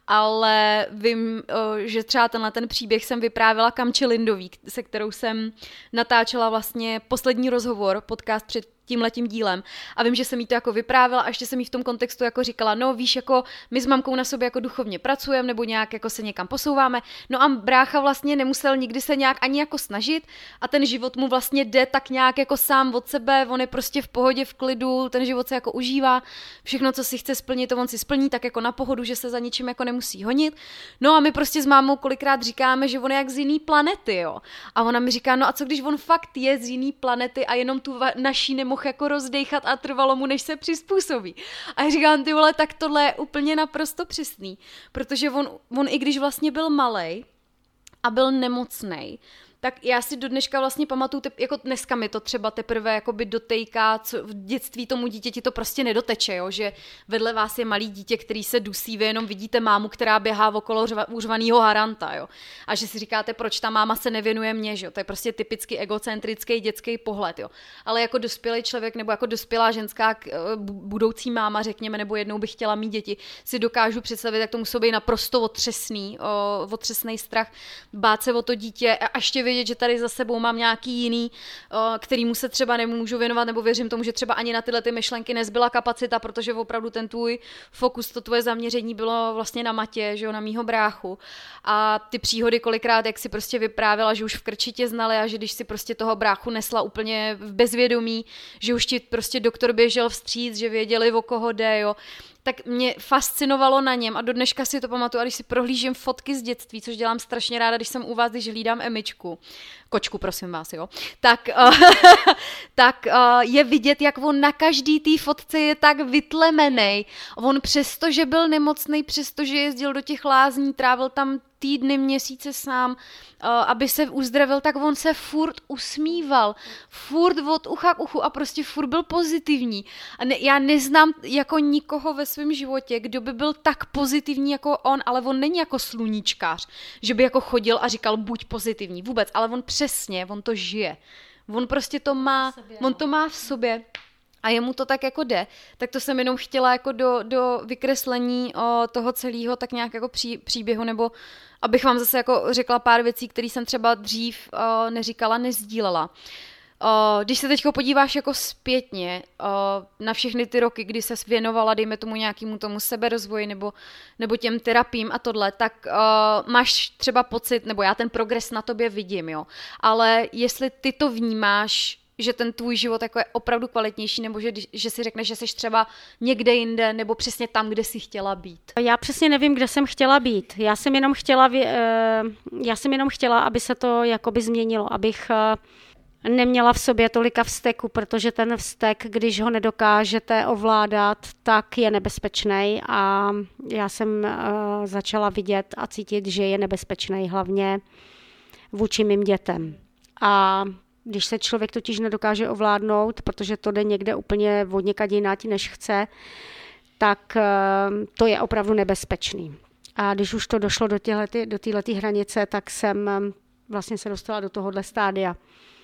Speaker 2: ale vím, o, že třeba tenhle ten příběh jsem vyprávěla Kamče Lindový, se kterou jsem natáčela vlastně poslední rozhovor, podcast před tímhletím dílem. A vím, že jsem jí to jako vyprávěla a ještě jsem jí v tom kontextu jako říkala, no víš, jako my s mamkou na sobě jako duchovně pracujeme nebo nějak jako se někam posouváme. No a brácha vlastně nemusel nikdy se nějak ani jako snažit a ten život mu vlastně jde tak nějak jako sám od sebe, on je prostě v pohodě, v klidu, ten život se jako užívá, všechno, co si chce splnit, to on si splní tak jako na pohodu, že se za ničím jako nemusí honit. No a my prostě s mámou kolikrát říkáme, že on je jak z jiný planety, jo. A ona mi říká, no a co když on fakt je z jiný planety a jenom tu naší nemohl jako rozdejchat a trvalo mu, než se přizpůsobí. A já říkám, ty vole, tak tohle je úplně naprosto přesný, protože on, on i když vlastně byl malej a byl nemocnej, tak já si do dneška vlastně pamatuju, jako dneska mi to třeba teprve jakoby dotejká, co v dětství tomu dítěti to prostě nedoteče, jo? Že vedle vás je malý dítě, který se dusí, vy jenom vidíte mámu, která běhá okolo uřvanýho haranta, jo? A že si říkáte, proč ta máma se nevěnuje mně, že jo? To je prostě typicky egocentrický dětský pohled, jo? Ale jako dospělý člověk nebo jako dospělá ženská budoucí máma, řekněme, nebo jednou bych chtěla mít děti, si dokážu představit, jak to musí být naprosto otřesný, o, otřesný strach, bát se o to dítě a ještě vědět, že tady za sebou mám nějaký jiný, kterýmu se třeba nemůžu věnovat, nebo věřím tomu, že třeba ani na tyhle ty myšlenky nezbyla kapacita, protože opravdu ten tvůj fokus, to tvoje zaměření bylo vlastně na Matě, že jo, na mýho bráchu. A ty příhody kolikrát, jak si prostě vyprávěla, že už v krči tě znali a že když si prostě toho bráchu nesla úplně v bezvědomí, že už ti prostě doktor běžel vstříc, že věděli, o koho jde, jo. Tak mě fascinovalo na něm a do dneška si to pamatuju, a když si prohlížím fotky z dětství, což dělám strašně ráda, když jsem u vás, když hlídám Emičku, kočku, prosím vás, jo, tak, uh, tak uh, je vidět, jak on na každý té fotce je tak vytlemenej. On přesto, že byl nemocnej, přesto, že jezdil do těch lázní, trávil tam týdny, měsíce sám, uh, aby se uzdravil, tak on se furt usmíval, furt od ucha k uchu a prostě furt byl pozitivní. A ne, já neznám jako nikoho ve svém životě, kdo by byl tak pozitivní jako on, ale on není jako sluníčkář, že by jako chodil a říkal buď pozitivní, vůbec, ale on přesně, on to žije. On prostě to má, on to má v sobě. A jemu to tak jako jde, tak to jsem jenom chtěla jako do, do vykreslení o toho celého tak nějak jako pří, příběhu, nebo abych vám zase jako řekla pár věcí, které jsem třeba dřív o, neříkala, nezdílela. O, když se teďko podíváš jako zpětně o, na všechny ty roky, kdy ses věnovala, dejme tomu nějakému tomu seberozvoji nebo, nebo těm terapím a tohle, tak o, máš třeba pocit, nebo já ten progres na tobě vidím, jo, ale jestli ty to vnímáš, že ten tvůj život jako je opravdu kvalitnější, nebo že, že si řekneš, že jsi třeba někde jinde, nebo přesně tam, kde jsi chtěla být.
Speaker 3: Já přesně nevím, kde jsem chtěla být. Já jsem jenom chtěla, já jsem jenom chtěla, aby se to jakoby změnilo, abych neměla v sobě tolika vzteku, protože ten vztek, když ho nedokážete ovládat, tak je nebezpečný a já jsem začala vidět a cítit, že je nebezpečný hlavně vůči mým dětem. A když se člověk totiž nedokáže ovládnout, protože to jde někde úplně od někad jinať, než chce, tak to je opravdu nebezpečný. A když už to došlo do téhleté do téhleté hranice, tak jsem vlastně se dostala do tohohle stádia.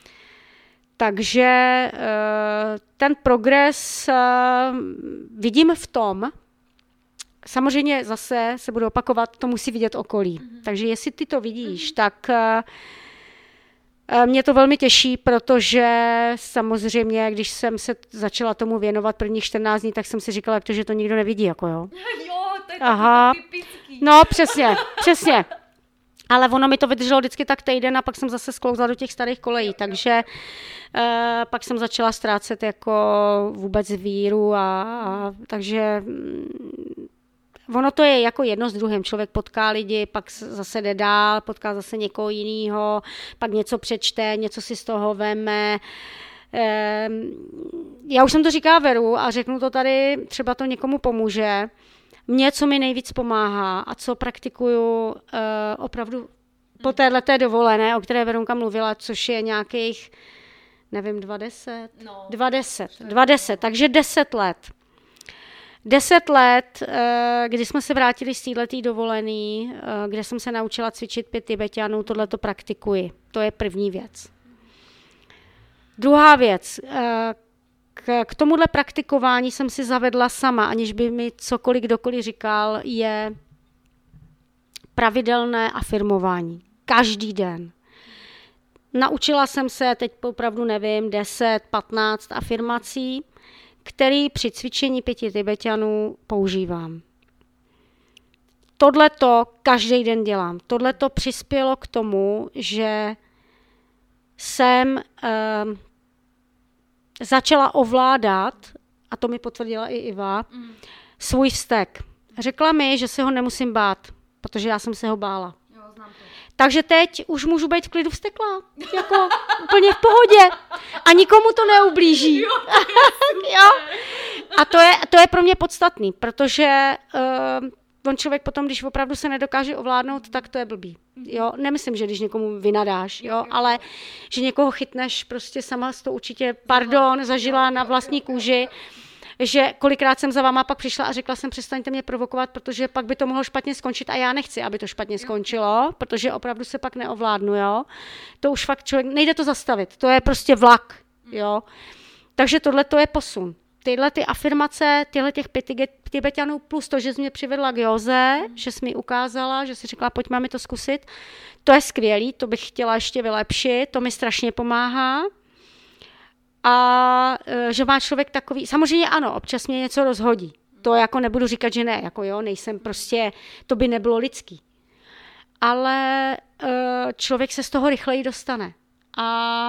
Speaker 3: Takže ten progres vidím v tom, samozřejmě zase se budu opakovat, to musí vidět okolí. Mm-hmm. Takže jestli ty to vidíš, mm-hmm. tak Mě to velmi těší, protože samozřejmě, když jsem se začala tomu věnovat prvních čtrnáct dní, tak jsem si říkala, jak to, že to nikdo nevidí, jako jo.
Speaker 2: Jo, to je
Speaker 3: Aha.
Speaker 2: typický.
Speaker 3: No, přesně, přesně. Ale ono mi to vydrželo vždycky tak týden a pak jsem zase sklouzla do těch starých kolejí, takže uh, pak jsem začala ztrácet jako vůbec víru a, a takže mm, ono to je jako jedno s druhým. Člověk potká lidi, pak zase jde dál, potká zase někoho jiného, pak něco přečte, něco si z toho veme. Um, já už jsem to říkala Veru a řeknu to tady, třeba to někomu pomůže. Mně, co mi nejvíc pomáhá a co praktikuju uh, opravdu po téhleté dovolené, o které Veronka mluvila, což je nějakých, nevím, dvacet,
Speaker 2: No,
Speaker 3: dvacet, dvacet, takže deset let. Deset let, uh, kdy jsme se vrátili z téhletý dovolený, uh, kde jsem se naučila cvičit pět Tibeťanů, tohle to praktikuji. To je první věc. Druhá věc, uh, K, k tomuhle praktikování jsem si zavedla sama, aniž by mi cokoliv kdokoliv říkal, je pravidelné afirmování. Každý den. Naučila jsem se, teď opravdu nevím, deset, patnáct afirmací, který při cvičení pěti Tibeťanů používám. Tohleto každý den dělám. Tohleto přispělo k tomu, že jsem Uh, začala ovládat, a to mi potvrdila i Iva, mm. svůj vztek. Řekla mi, že se ho nemusím bát, protože já jsem se ho bála.
Speaker 2: Jo, znám to.
Speaker 3: Takže teď už můžu být v klidu vztekla. Jako úplně v pohodě. A nikomu to neublíží.
Speaker 2: Jo,
Speaker 3: jo. A to je, to je pro mě podstatný, protože uh, on člověk potom, když opravdu se nedokáže ovládnout, tak to je blbý. Jo, nemyslím, že když někomu vynadáš, jo, ale že někoho chytneš, prostě sama to určitě, pardon, zažila na vlastní kůži, že kolikrát jsem za váma pak přišla a řekla jsem, přestaňte mě provokovat, protože pak by to mohlo špatně skončit a já nechci, aby to špatně skončilo, protože opravdu se pak neovládnu, jo. To už fakt člověk, nejde to zastavit, to je prostě vlak, jo. Takže tohle to je posun. Tyhle ty afirmace, tyhle těch pěti Tibeťanů, plus to, že jsi mě přivedla k józe, mm. že jsi mi ukázala, že jsi řekla, pojď máme to zkusit, to je skvělý, to bych chtěla ještě vylepšit, to mi strašně pomáhá. A že má člověk takový, samozřejmě ano, občas mě něco rozhodí. To jako nebudu říkat, že ne, jako jo, nejsem prostě, to by nebylo lidský. Ale člověk se z toho rychleji dostane. A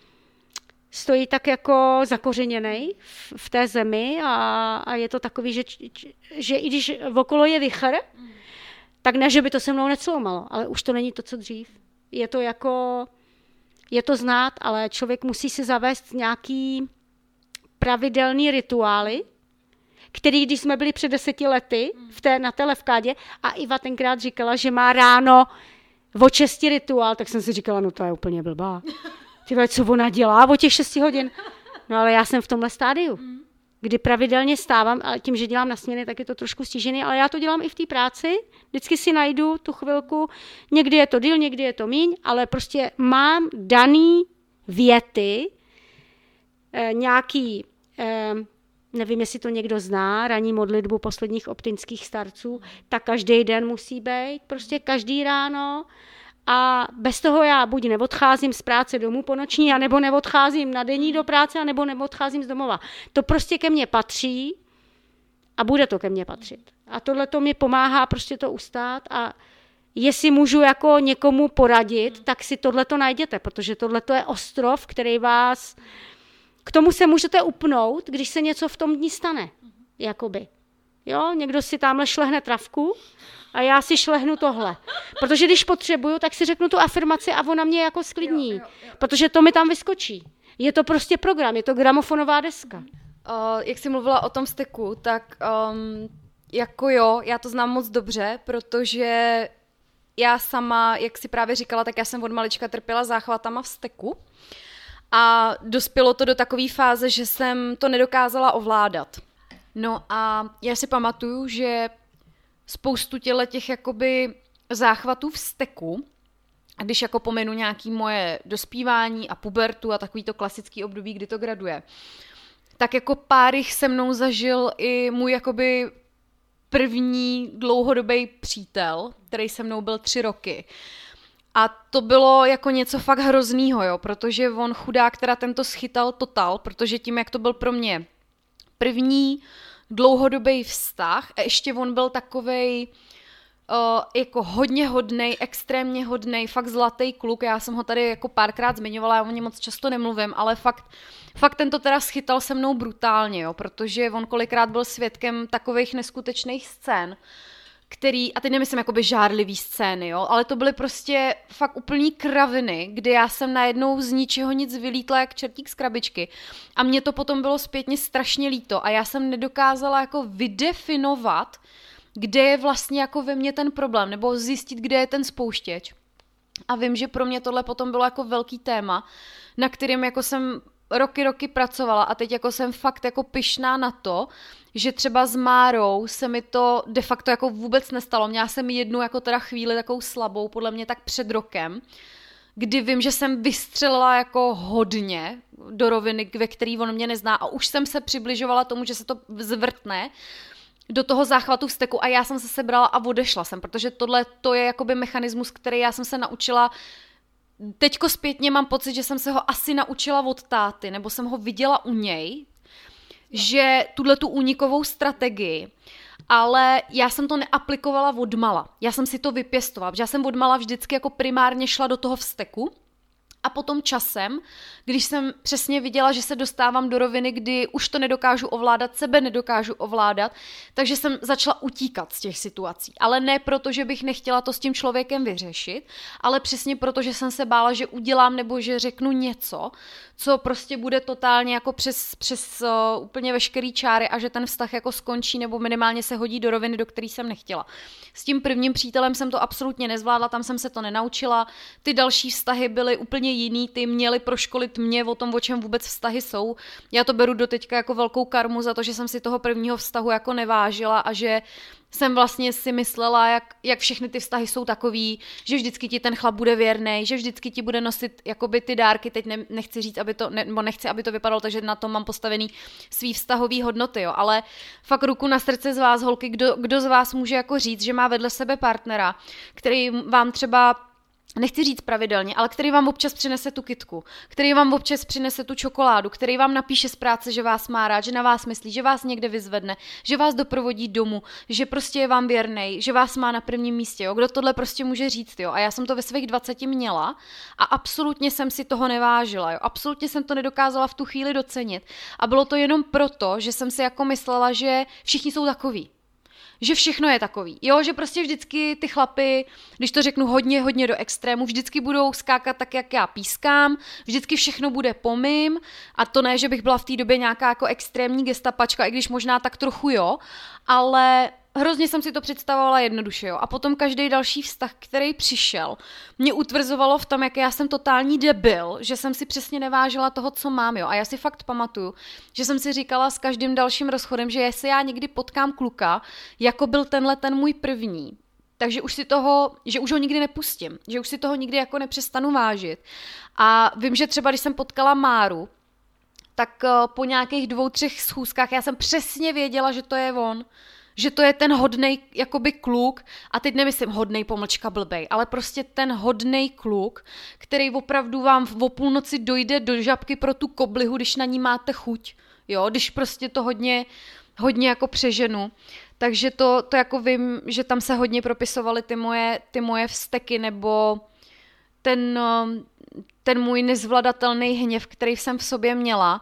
Speaker 3: stojí tak jako zakořeněnej v, v té zemi a, a je to takový, že, že i když okolo je vichr, mm. tak ne, že by to se mnou necloumalo, ale už to není to, co dřív. Je to jako, je to znát, ale člověk musí si zavést nějaký pravidelný rituály, který, když jsme byli před deseti lety v té, na té levkádě a Iva tenkrát říkala, že má ráno o šesti rituál, tak jsem si říkala, no to je úplně blbá. Ty vole, co ona dělá o těch šesti hodin? No ale já jsem v tomhle stádiu, kdy pravidelně stávám, ale tím, že dělám na směny, tak je to trošku stížený, ale já to dělám i v té práci. Vždycky si najdu tu chvilku, někdy je to díl, někdy je to míň, ale prostě mám daný věty, eh, nějaký, eh, nevím, jestli to někdo zná, ranní modlitbu posledních optinských starců, tak každý den musí být, prostě každý ráno. A bez toho já buď neodcházím z práce domů po noční, anebo neodcházím na denní do práce, anebo neodcházím z domova. To prostě ke mně patří a bude to ke mně patřit. A tohle to mi pomáhá prostě to ustát a jestli můžu jako někomu poradit, tak si tohle to najděte, protože tohle to je ostrov, který vás, k tomu se můžete upnout, když se něco v tom dní stane, jakoby. Jo, někdo si tamhle šlehne travku, a já si šlehnu tohle. Protože když potřebuju, tak si řeknu tu afirmaci a ona mě jako sklidní. Jo, jo, jo. Protože to mi tam vyskočí. Je to prostě program, je to gramofonová deska.
Speaker 2: Uh, jak jsi mluvila o tom steku, tak um, jako jo, já to znám moc dobře, protože já sama, jak jsi právě říkala, tak já jsem od malička trpěla záchvatama v steku. A dospělo to do takové fáze, že jsem to nedokázala ovládat. No a já si pamatuju, že spoustu těle těch jakoby záchvatů v steku, a když jako pomenu nějaký moje dospívání a pubertu a takový to klasický období, kdy to graduje, tak jako pár jich se mnou zažil i můj jakoby první dlouhodobý přítel, který se mnou byl tři roky. A to bylo jako něco fakt hroznýho, jo, protože on chudák teda tento schytal total, protože tím, jak to byl pro mě první dlouhodobý vztah a ještě on byl takovej uh, jako hodně hodnej, extrémně hodnej, fakt zlatý kluk, já jsem ho tady jako párkrát zmiňovala, já o něm moc často nemluvím, ale fakt, fakt tento teda schytal se mnou brutálně, jo, protože on kolikrát byl svědkem takových neskutečných scén, který, a teď nemyslím jakoby žárlivý scény, jo, ale to byly prostě fakt úplný kraviny, kdy já jsem najednou z ničeho nic vylítla jak čertík z krabičky a mě to potom bylo zpětně strašně líto a já jsem nedokázala jako vydefinovat, kde je vlastně jako ve mně ten problém, nebo zjistit, kde je ten spouštěč. A vím, že pro mě tohle potom bylo jako velký téma, na kterým jako jsem roky, roky pracovala a teď jako jsem fakt jako pyšná na to, že třeba s Márou se mi to de facto jako vůbec nestalo. Měla jsem jednu jako teda chvíli takovou slabou, podle mě tak před rokem, kdy vím, že jsem vystřelila jako hodně do roviny, ve který on mě nezná a už jsem se přibližovala tomu, že se to zvrtne do toho záchvatu vzteku a já jsem se sebrala a odešla jsem, protože tohle to je jakoby mechanismus, který já jsem se naučila. Teďko zpětně mám pocit, že jsem se ho asi naučila od táty, nebo jsem ho viděla u něj, že tuhle tu únikovou strategii, ale já jsem to neaplikovala odmala. Já jsem si to vypěstovala, protože já jsem odmala vždycky jako primárně šla do toho vzteku a potom časem, když jsem přesně viděla, že se dostávám do roviny, kdy už to nedokážu ovládat, sebe nedokážu ovládat, takže jsem začala utíkat z těch situací. Ale ne proto, že bych nechtěla to s tím člověkem vyřešit, ale přesně proto, že jsem se bála, že udělám nebo že řeknu něco, co prostě bude totálně jako přes, přes uh, úplně veškerý čáry a že ten vztah jako skončí nebo minimálně se hodí do roviny, do které jsem nechtěla. S tím prvním přítelem jsem to absolutně nezvládla, tam jsem se to nenaučila. Ty další vztahy byly úplně jiný, ty měly proškolit mě o tom, o čem vůbec vztahy jsou. Já to beru doteďka jako velkou karmu za to, že jsem si toho prvního vztahu jako nevážila a že jsem vlastně si myslela, jak, jak všechny ty vztahy jsou takový, že vždycky ti ten chlap bude věrnej, že vždycky ti bude nosit jakoby ty dárky, teď ne, nechci říct, aby to, ne, nebo nechci, aby to vypadalo, takže na tom mám postavený svý vztahový hodnoty, jo, ale fakt ruku na srdce z vás, holky, kdo, kdo z vás může jako říct, že má vedle sebe partnera, který vám třeba nechci říct pravidelně, ale který vám občas přinese tu kytku, který vám občas přinese tu čokoládu, který vám napíše z práce, že vás má rád, že na vás myslí, že vás někde vyzvedne, že vás doprovodí domů, že prostě je vám věrnej, že vás má na prvním místě, jo. Kdo tohle prostě může říct, jo. A já jsem to ve svých dvaceti měla a absolutně jsem si toho nevážila, jo. Absolutně jsem to nedokázala v tu chvíli docenit a bylo to jenom proto, že jsem si jako myslela, že všichni jsou takový. Že všechno je takový, jo, že prostě vždycky ty chlapy, když to řeknu hodně, hodně do extrému, vždycky budou skákat tak, jak já pískám, vždycky všechno bude po mým a to ne, že bych byla v té době nějaká jako extrémní gestapačka, i když možná tak trochu jo, ale hrozně jsem si to představovala jednoduše, jo. A potom každý další vztah, který přišel, mě utvrzovalo v tom, jak já jsem totální debil, že jsem si přesně nevážila toho, co mám, jo. A já si fakt pamatuju, že jsem si říkala s každým dalším rozchodem, že jestli já někdy potkám kluka, jako byl tenhle ten můj první, takže už si toho, že už ho nikdy nepustím, že už si toho nikdy jako nepřestanu vážit. A vím, že třeba když jsem potkala Máru, tak po nějakých dvou, třech schůzkách já jsem přesně věděla, že to je on, že to je ten hodnej jakoby kluk, a teď nemyslím hodnej pomlčka blbej, ale prostě ten hodnej kluk, který opravdu vám o půlnoci dojde do žabky pro tu koblihu, když na ní máte chuť, jo, když prostě to hodně, hodně jako přeženu. Takže to, to jako vím, že tam se hodně propisovaly ty moje, ty moje vzteky, nebo ten, ten můj nezvladatelný hněv, který jsem v sobě měla.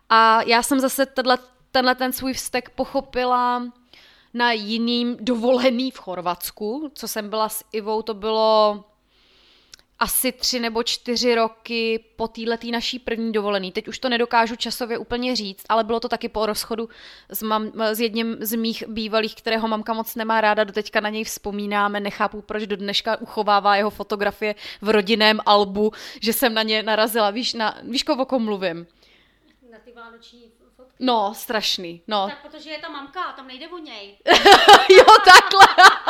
Speaker 2: A já jsem zase tenhle, tenhle ten svůj vztek pochopila na jiným dovolený v Chorvatsku, co jsem byla s Ivou, to bylo asi tři nebo čtyři roky po této naší první dovolený. Teď už to nedokážu časově úplně říct, ale bylo to taky po rozchodu s, mam, s jedním z mých bývalých, kterého mamka moc nemá ráda, doteďka na něj vzpomínáme, nechápu, proč do dneška uchovává jeho fotografie v rodinném albu, že jsem na ně narazila, víš, na, víš, o kom mluvím?
Speaker 3: Na ty vánoční fotky.
Speaker 2: No, strašný, no.
Speaker 3: Tak protože je ta mamka, tam nejde o něj.
Speaker 2: Jo, takhle.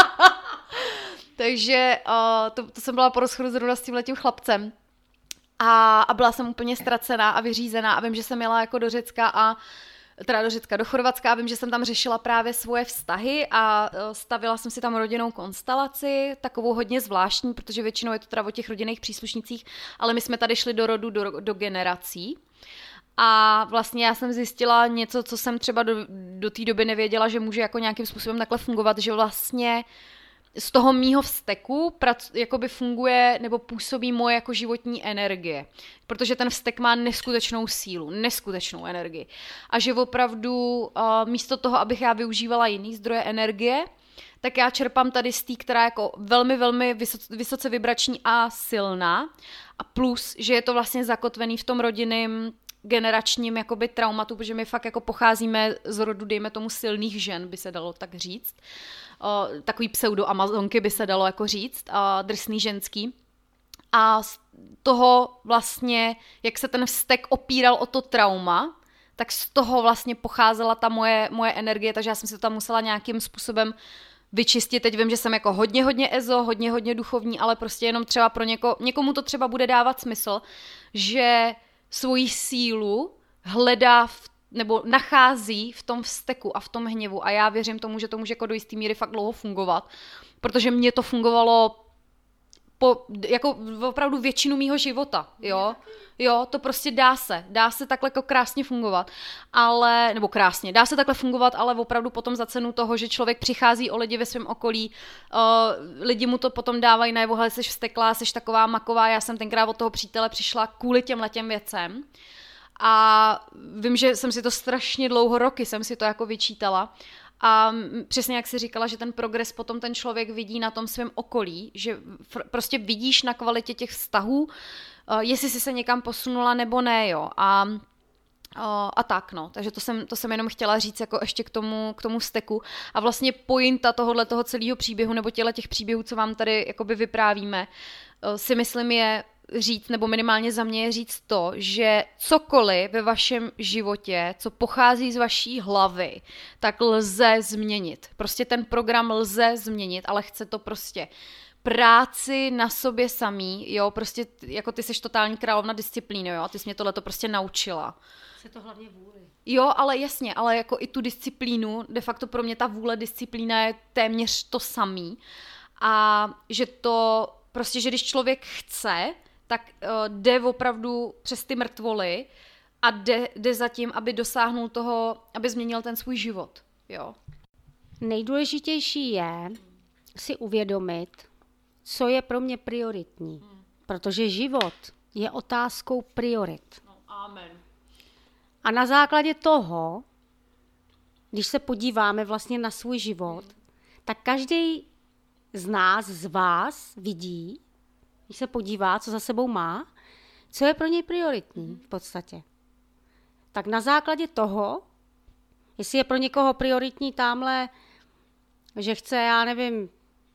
Speaker 2: Takže uh, to, to jsem byla po rozchodu zrovna s tímhletím chlapcem a, a byla jsem úplně ztracená a vyřízená a vím, že jsem jela jako do Řecka a teda do Řecka, do Chorvatska, a vím, že jsem tam řešila právě svoje vztahy a stavila jsem si tam rodinnou konstelaci, takovou hodně zvláštní, protože většinou je to teda o těch rodinných příslušnících, ale my jsme tady šli do rodu, do, do generací. A vlastně já jsem zjistila něco, co jsem třeba do, do té doby nevěděla, že může jako nějakým způsobem takhle fungovat, že vlastně z toho mýho vzteku prac, jakoby funguje nebo působí moje jako životní energie. Protože ten vztek má neskutečnou sílu, neskutečnou energii. A že opravdu uh, místo toho, abych já využívala jiný zdroje energie, tak já čerpám tady z té, která je jako velmi, velmi vysoce, vysoce vibrační a silná. A plus, že je to vlastně zakotvený v tom rodinným generačním jakoby traumatu, protože my fakt jako pocházíme z rodu, dejme tomu, silných žen, by se dalo tak říct. Uh, takový pseudo-amazonky by se dalo jako říct, uh, drsný ženský. A z toho vlastně, jak se ten vztek opíral o to trauma, tak z toho vlastně pocházela ta moje, moje energie, takže já jsem si to tam musela nějakým způsobem vyčistit. Teď vím, že jsem jako hodně, hodně ezo, hodně, hodně duchovní, ale prostě jenom třeba pro něko, někomu to třeba bude dávat smysl, že svoji sílu hledá v, nebo nachází v tom vzteku a v tom hněvu. A já věřím tomu, že to může jako do jistý míry fakt dlouho fungovat, protože mně to fungovalo po, jako opravdu většinu mýho života, jo. Jo, to prostě dá se, dá se takhle jako krásně fungovat, ale, nebo krásně, dá se takhle fungovat, ale opravdu potom za cenu toho, že člověk přichází o lidi ve svém okolí, uh, lidi mu to potom dávají najevo, hele, jsi vzteklá, jsi taková maková, já jsem tenkrát od toho přítele přišla kvůli těmhletěm věcem a vím, že jsem si to strašně dlouho, roky jsem si to jako vyčítala. A přesně jak jsi říkala, že ten progres potom ten člověk vidí na tom svém okolí, že fr- prostě vidíš na kvalitě těch vztahů, uh, jestli jsi se někam posunula nebo ne, jo. A, uh, a tak, no. Takže to jsem, to jsem jenom chtěla říct jako ještě k tomu, k tomu vzteku. A vlastně pointa tohohle toho celého příběhu, nebo těle těch příběhů, co vám tady jakoby vyprávíme, uh, si myslím je říct, nebo minimálně za mě je říct to, že cokoliv ve vašem životě, co pochází z vaší hlavy, tak lze změnit. Prostě ten program lze změnit, ale chce to prostě práci na sobě samý, jo, prostě jako ty seš totální královna disciplíny, jo, ty jsi mě tohleto prostě naučila.
Speaker 3: Je to hlavně vůli.
Speaker 2: Jo, ale jasně, ale jako i tu disciplínu, de facto pro mě ta vůle, disciplína je téměř to samý a že to prostě, že když člověk chce, tak uh, jde opravdu přes ty mrtvoly a jde, jde za tím, aby dosáhnul toho, aby změnil ten svůj život. Jo.
Speaker 3: Nejdůležitější je si uvědomit, co je pro mě prioritní. Hmm. Protože život je otázkou priorit.
Speaker 2: No, amen.
Speaker 3: A na základě toho, když se podíváme vlastně na svůj život, hmm. tak každý z nás, z vás vidí, když se podívá, co za sebou má, co je pro něj prioritní v podstatě. Tak na základě toho, jestli je pro někoho prioritní tamhle, že chce, já nevím,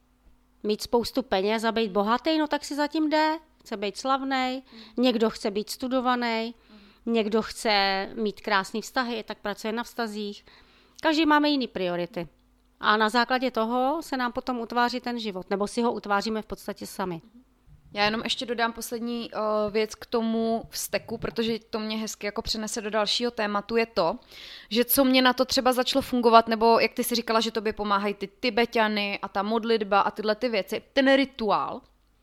Speaker 3: mít spoustu peněz a být bohatý, no tak si zatím jde, chce být slavnej, někdo chce být studovaný, někdo chce mít krásný vztahy, tak pracuje na vztazích. Každý máme jiný priority. A na základě toho se nám potom utváří ten život, nebo si ho utváříme v podstatě sami.
Speaker 2: Já jenom ještě dodám poslední uh, věc k tomu vzteku, protože to mě hezky jako přenese do dalšího tématu, je to, že co mě na to třeba začalo fungovat, nebo jak ty si říkala, že tobě pomáhají ty Tibetany a ta modlitba a tyhle ty věci, ten rituál,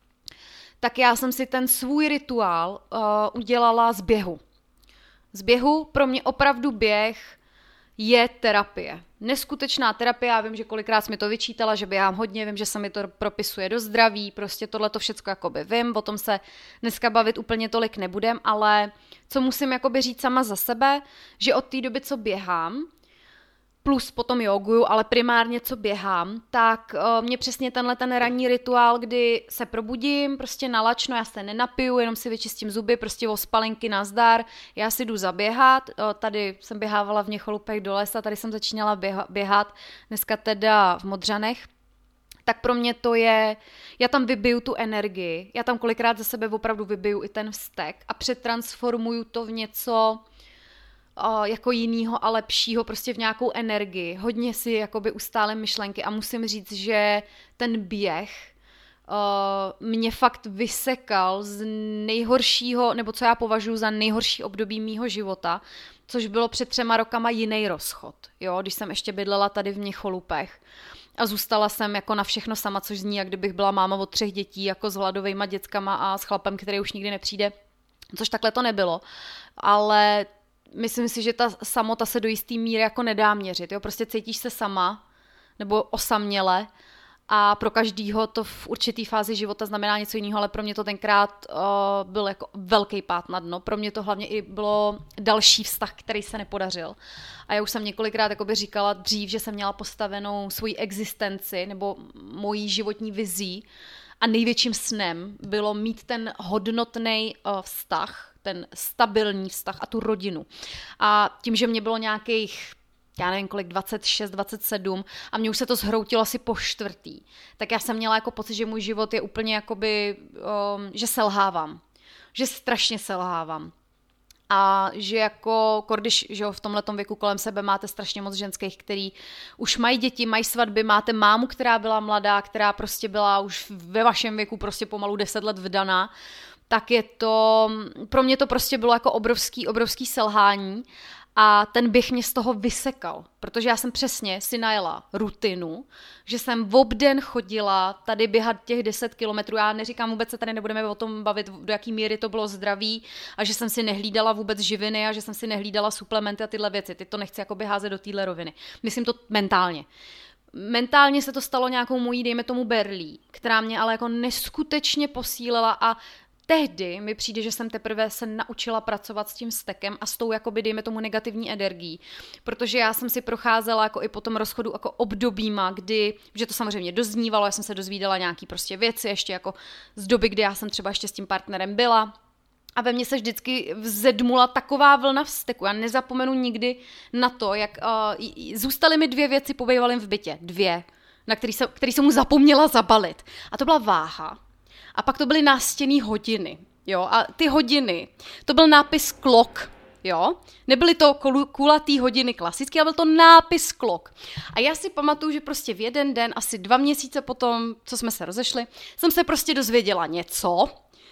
Speaker 2: tak já jsem si ten svůj rituál uh, udělala z běhu. Z běhu pro mě opravdu běh je terapie. Neskutečná terapie, já vím, že kolikrát jsi mi to vyčítala, že běhám hodně, vím, že se mi to propisuje do zdraví, prostě tohle to všecko jakoby vím, o tom se dneska bavit úplně tolik nebudem, ale co musím jakoby říct sama za sebe, že od té doby, co běhám, plus potom joguju, ale primárně co běhám, tak uh, mě přesně tenhle ten ranní rituál, kdy se probudím, prostě nalačno, já se nenapiju, jenom si vyčistím zuby, prostě o spalinky nazdar, já si jdu zaběhat, uh, tady jsem běhávala v Něcholupech do lesa, tady jsem začínala běha, běhat, dneska teda v Modřanech, tak pro mě to je, já tam vybiju tu energii, já tam kolikrát za sebe opravdu vybiju i ten vztek a přetransformuju to v něco O, jako jinýho a lepšího, prostě v nějakou energii. Hodně si jakoby ustálím myšlenky a musím říct, že ten běh o, mě fakt vysekal z nejhoršího, nebo co já považuji za nejhorší období mýho života, což bylo před třema rokama jiný rozchod, jo, když jsem ještě bydlela tady v Měcholupech. A zůstala jsem jako na všechno sama, což zní, jak kdybych byla máma od třech dětí, jako s hladovejma dětskama a s chlapem, který už nikdy nepřijde, což takhle to nebylo. Ale myslím si, že ta samota se do jistý míry jako nedá měřit, jo, prostě cítíš se sama, nebo osaměle a pro každýho to v určitý fázi života znamená něco jiného, ale pro mě to tenkrát uh, byl jako velký pád na dno. Pro mě to hlavně i bylo další vztah, který se nepodařil. A já už jsem několikrát jakoby říkala dřív, že jsem měla postavenou svoji existenci nebo mojí životní vizí a největším snem bylo mít ten hodnotný uh, vztah, ten stabilní vztah a tu rodinu. A tím, že mě bylo nějakých já nevím kolik, dvacet šest, dvacet sedm a mně už se to zhroutilo asi po čtvrtý. Tak já jsem měla jako pocit, že můj život je úplně jakoby, um, že selhávám. Že strašně selhávám. A že jako, když že v tomhletom věku kolem sebe máte strašně moc ženských, který už mají děti, mají svatby, máte mámu, která byla mladá, která prostě byla už ve vašem věku prostě pomalu deset let vdaná, tak je to, pro mě to prostě bylo jako obrovský, obrovský selhání. A ten běh mě z toho vysekal, protože já jsem přesně si najela rutinu, že jsem v obden chodila tady běhat těch deset kilometrů. Já neříkám vůbec, se tady nebudeme o tom bavit, do jaký míry to bylo zdraví a že jsem si nehlídala vůbec živiny a že jsem si nehlídala suplementy a tyhle věci. Ty to nechci jako házet do téhle roviny. Myslím to mentálně. Mentálně se to stalo nějakou mojí, dejme tomu berlí, která mě ale jako neskutečně posílila a tehdy mi přijde, že jsem teprve se naučila pracovat s tím vztekem a s tou, jakoby, dejme tomu, negativní energií. Protože já jsem si procházela jako i po tom rozchodu jako obdobíma, kdy, že to samozřejmě doznívalo, já jsem se dozvídala nějaký prostě věci, ještě jako z doby, kdy já jsem třeba ještě s tím partnerem byla. A ve mně se vždycky vzedmula taková vlna vzteku. Já nezapomenu nikdy na to, jak uh, zůstaly mi dvě věci po bývalém v bytě. Dvě, na který, se, který jsem mu zapomněla zabalit. A to byla váha. A pak to byly nástěnný hodiny, jo, a ty hodiny, to byl nápis klok, jo, nebyly to kulatý hodiny klasické, ale byl to nápis klok. A já si pamatuju, že prostě v jeden den, asi dva měsíce potom, co jsme se rozešli, jsem se prostě dozvěděla něco,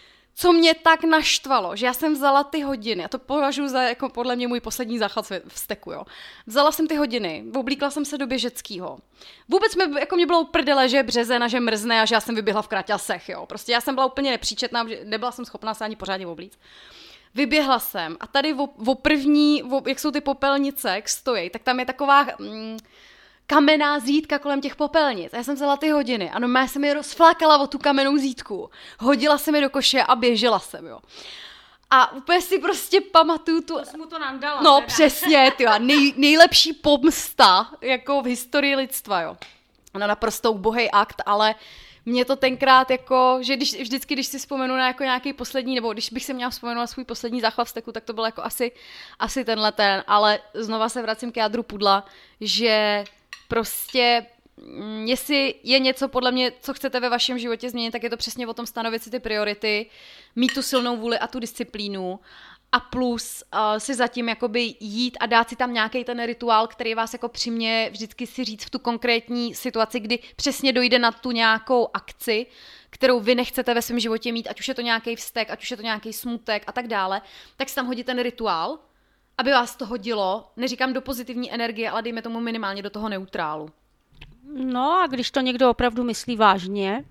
Speaker 2: co mě tak naštvalo, že já jsem vzala ty hodiny, a to považuji za jako podle mě můj poslední záchvat vzteku, jo. Vzala jsem ty hodiny, oblíkla jsem se do běžeckýho. Vůbec mi, jako mě bylo uprdele, že je březen a že mrzne a že já jsem vyběhla v kraťasech, jo. Prostě já jsem byla úplně nepříčetná, nebyla jsem schopná se ani pořádně oblíct. Vyběhla jsem a tady o, o první, o, jak jsou ty popelnice, jak stojí, tak tam je taková mm, kamenná zítka kolem těch popelnic. A já jsem vzala ty hodiny a no, já jsem je rozflákala o tu kamennou zítku. Hodila jsem je do koše a běžela jsem, jo. A úplně si prostě pamatuju tu...
Speaker 3: To jsi mu to nandala.
Speaker 2: No
Speaker 3: teda.
Speaker 2: přesně, tyjo, nej, nejlepší pomsta jako v historii lidstva, jo. No naprosto ubohej akt, ale mě to tenkrát jako, že když, vždycky, když si vzpomenu na jako nějaký poslední, nebo když bych se měla vzpomenout na svůj poslední záchvat vzteku, tak to byl jako asi, asi tenhle ten, ale znova se vracím k jádru pudla, že prostě jestli je něco podle mě, co chcete ve vašem životě změnit, tak je to přesně o tom stanovit si ty priority, mít tu silnou vůli a tu disciplínu a plus uh, si zatím jakoby jít a dát si tam nějaký ten rituál, který vás jako přiměje vždycky si říct v tu konkrétní situaci, kdy přesně dojde na tu nějakou akci, kterou vy nechcete ve svém životě mít, ať už je to nějaký vztek, ať už je to nějaký smutek a tak dále, tak si tam hodit ten rituál, aby vás to hodilo, neříkám do pozitivní energie, ale dejme tomu minimálně do toho neutrálu.
Speaker 3: No a když to někdo opravdu myslí vážně,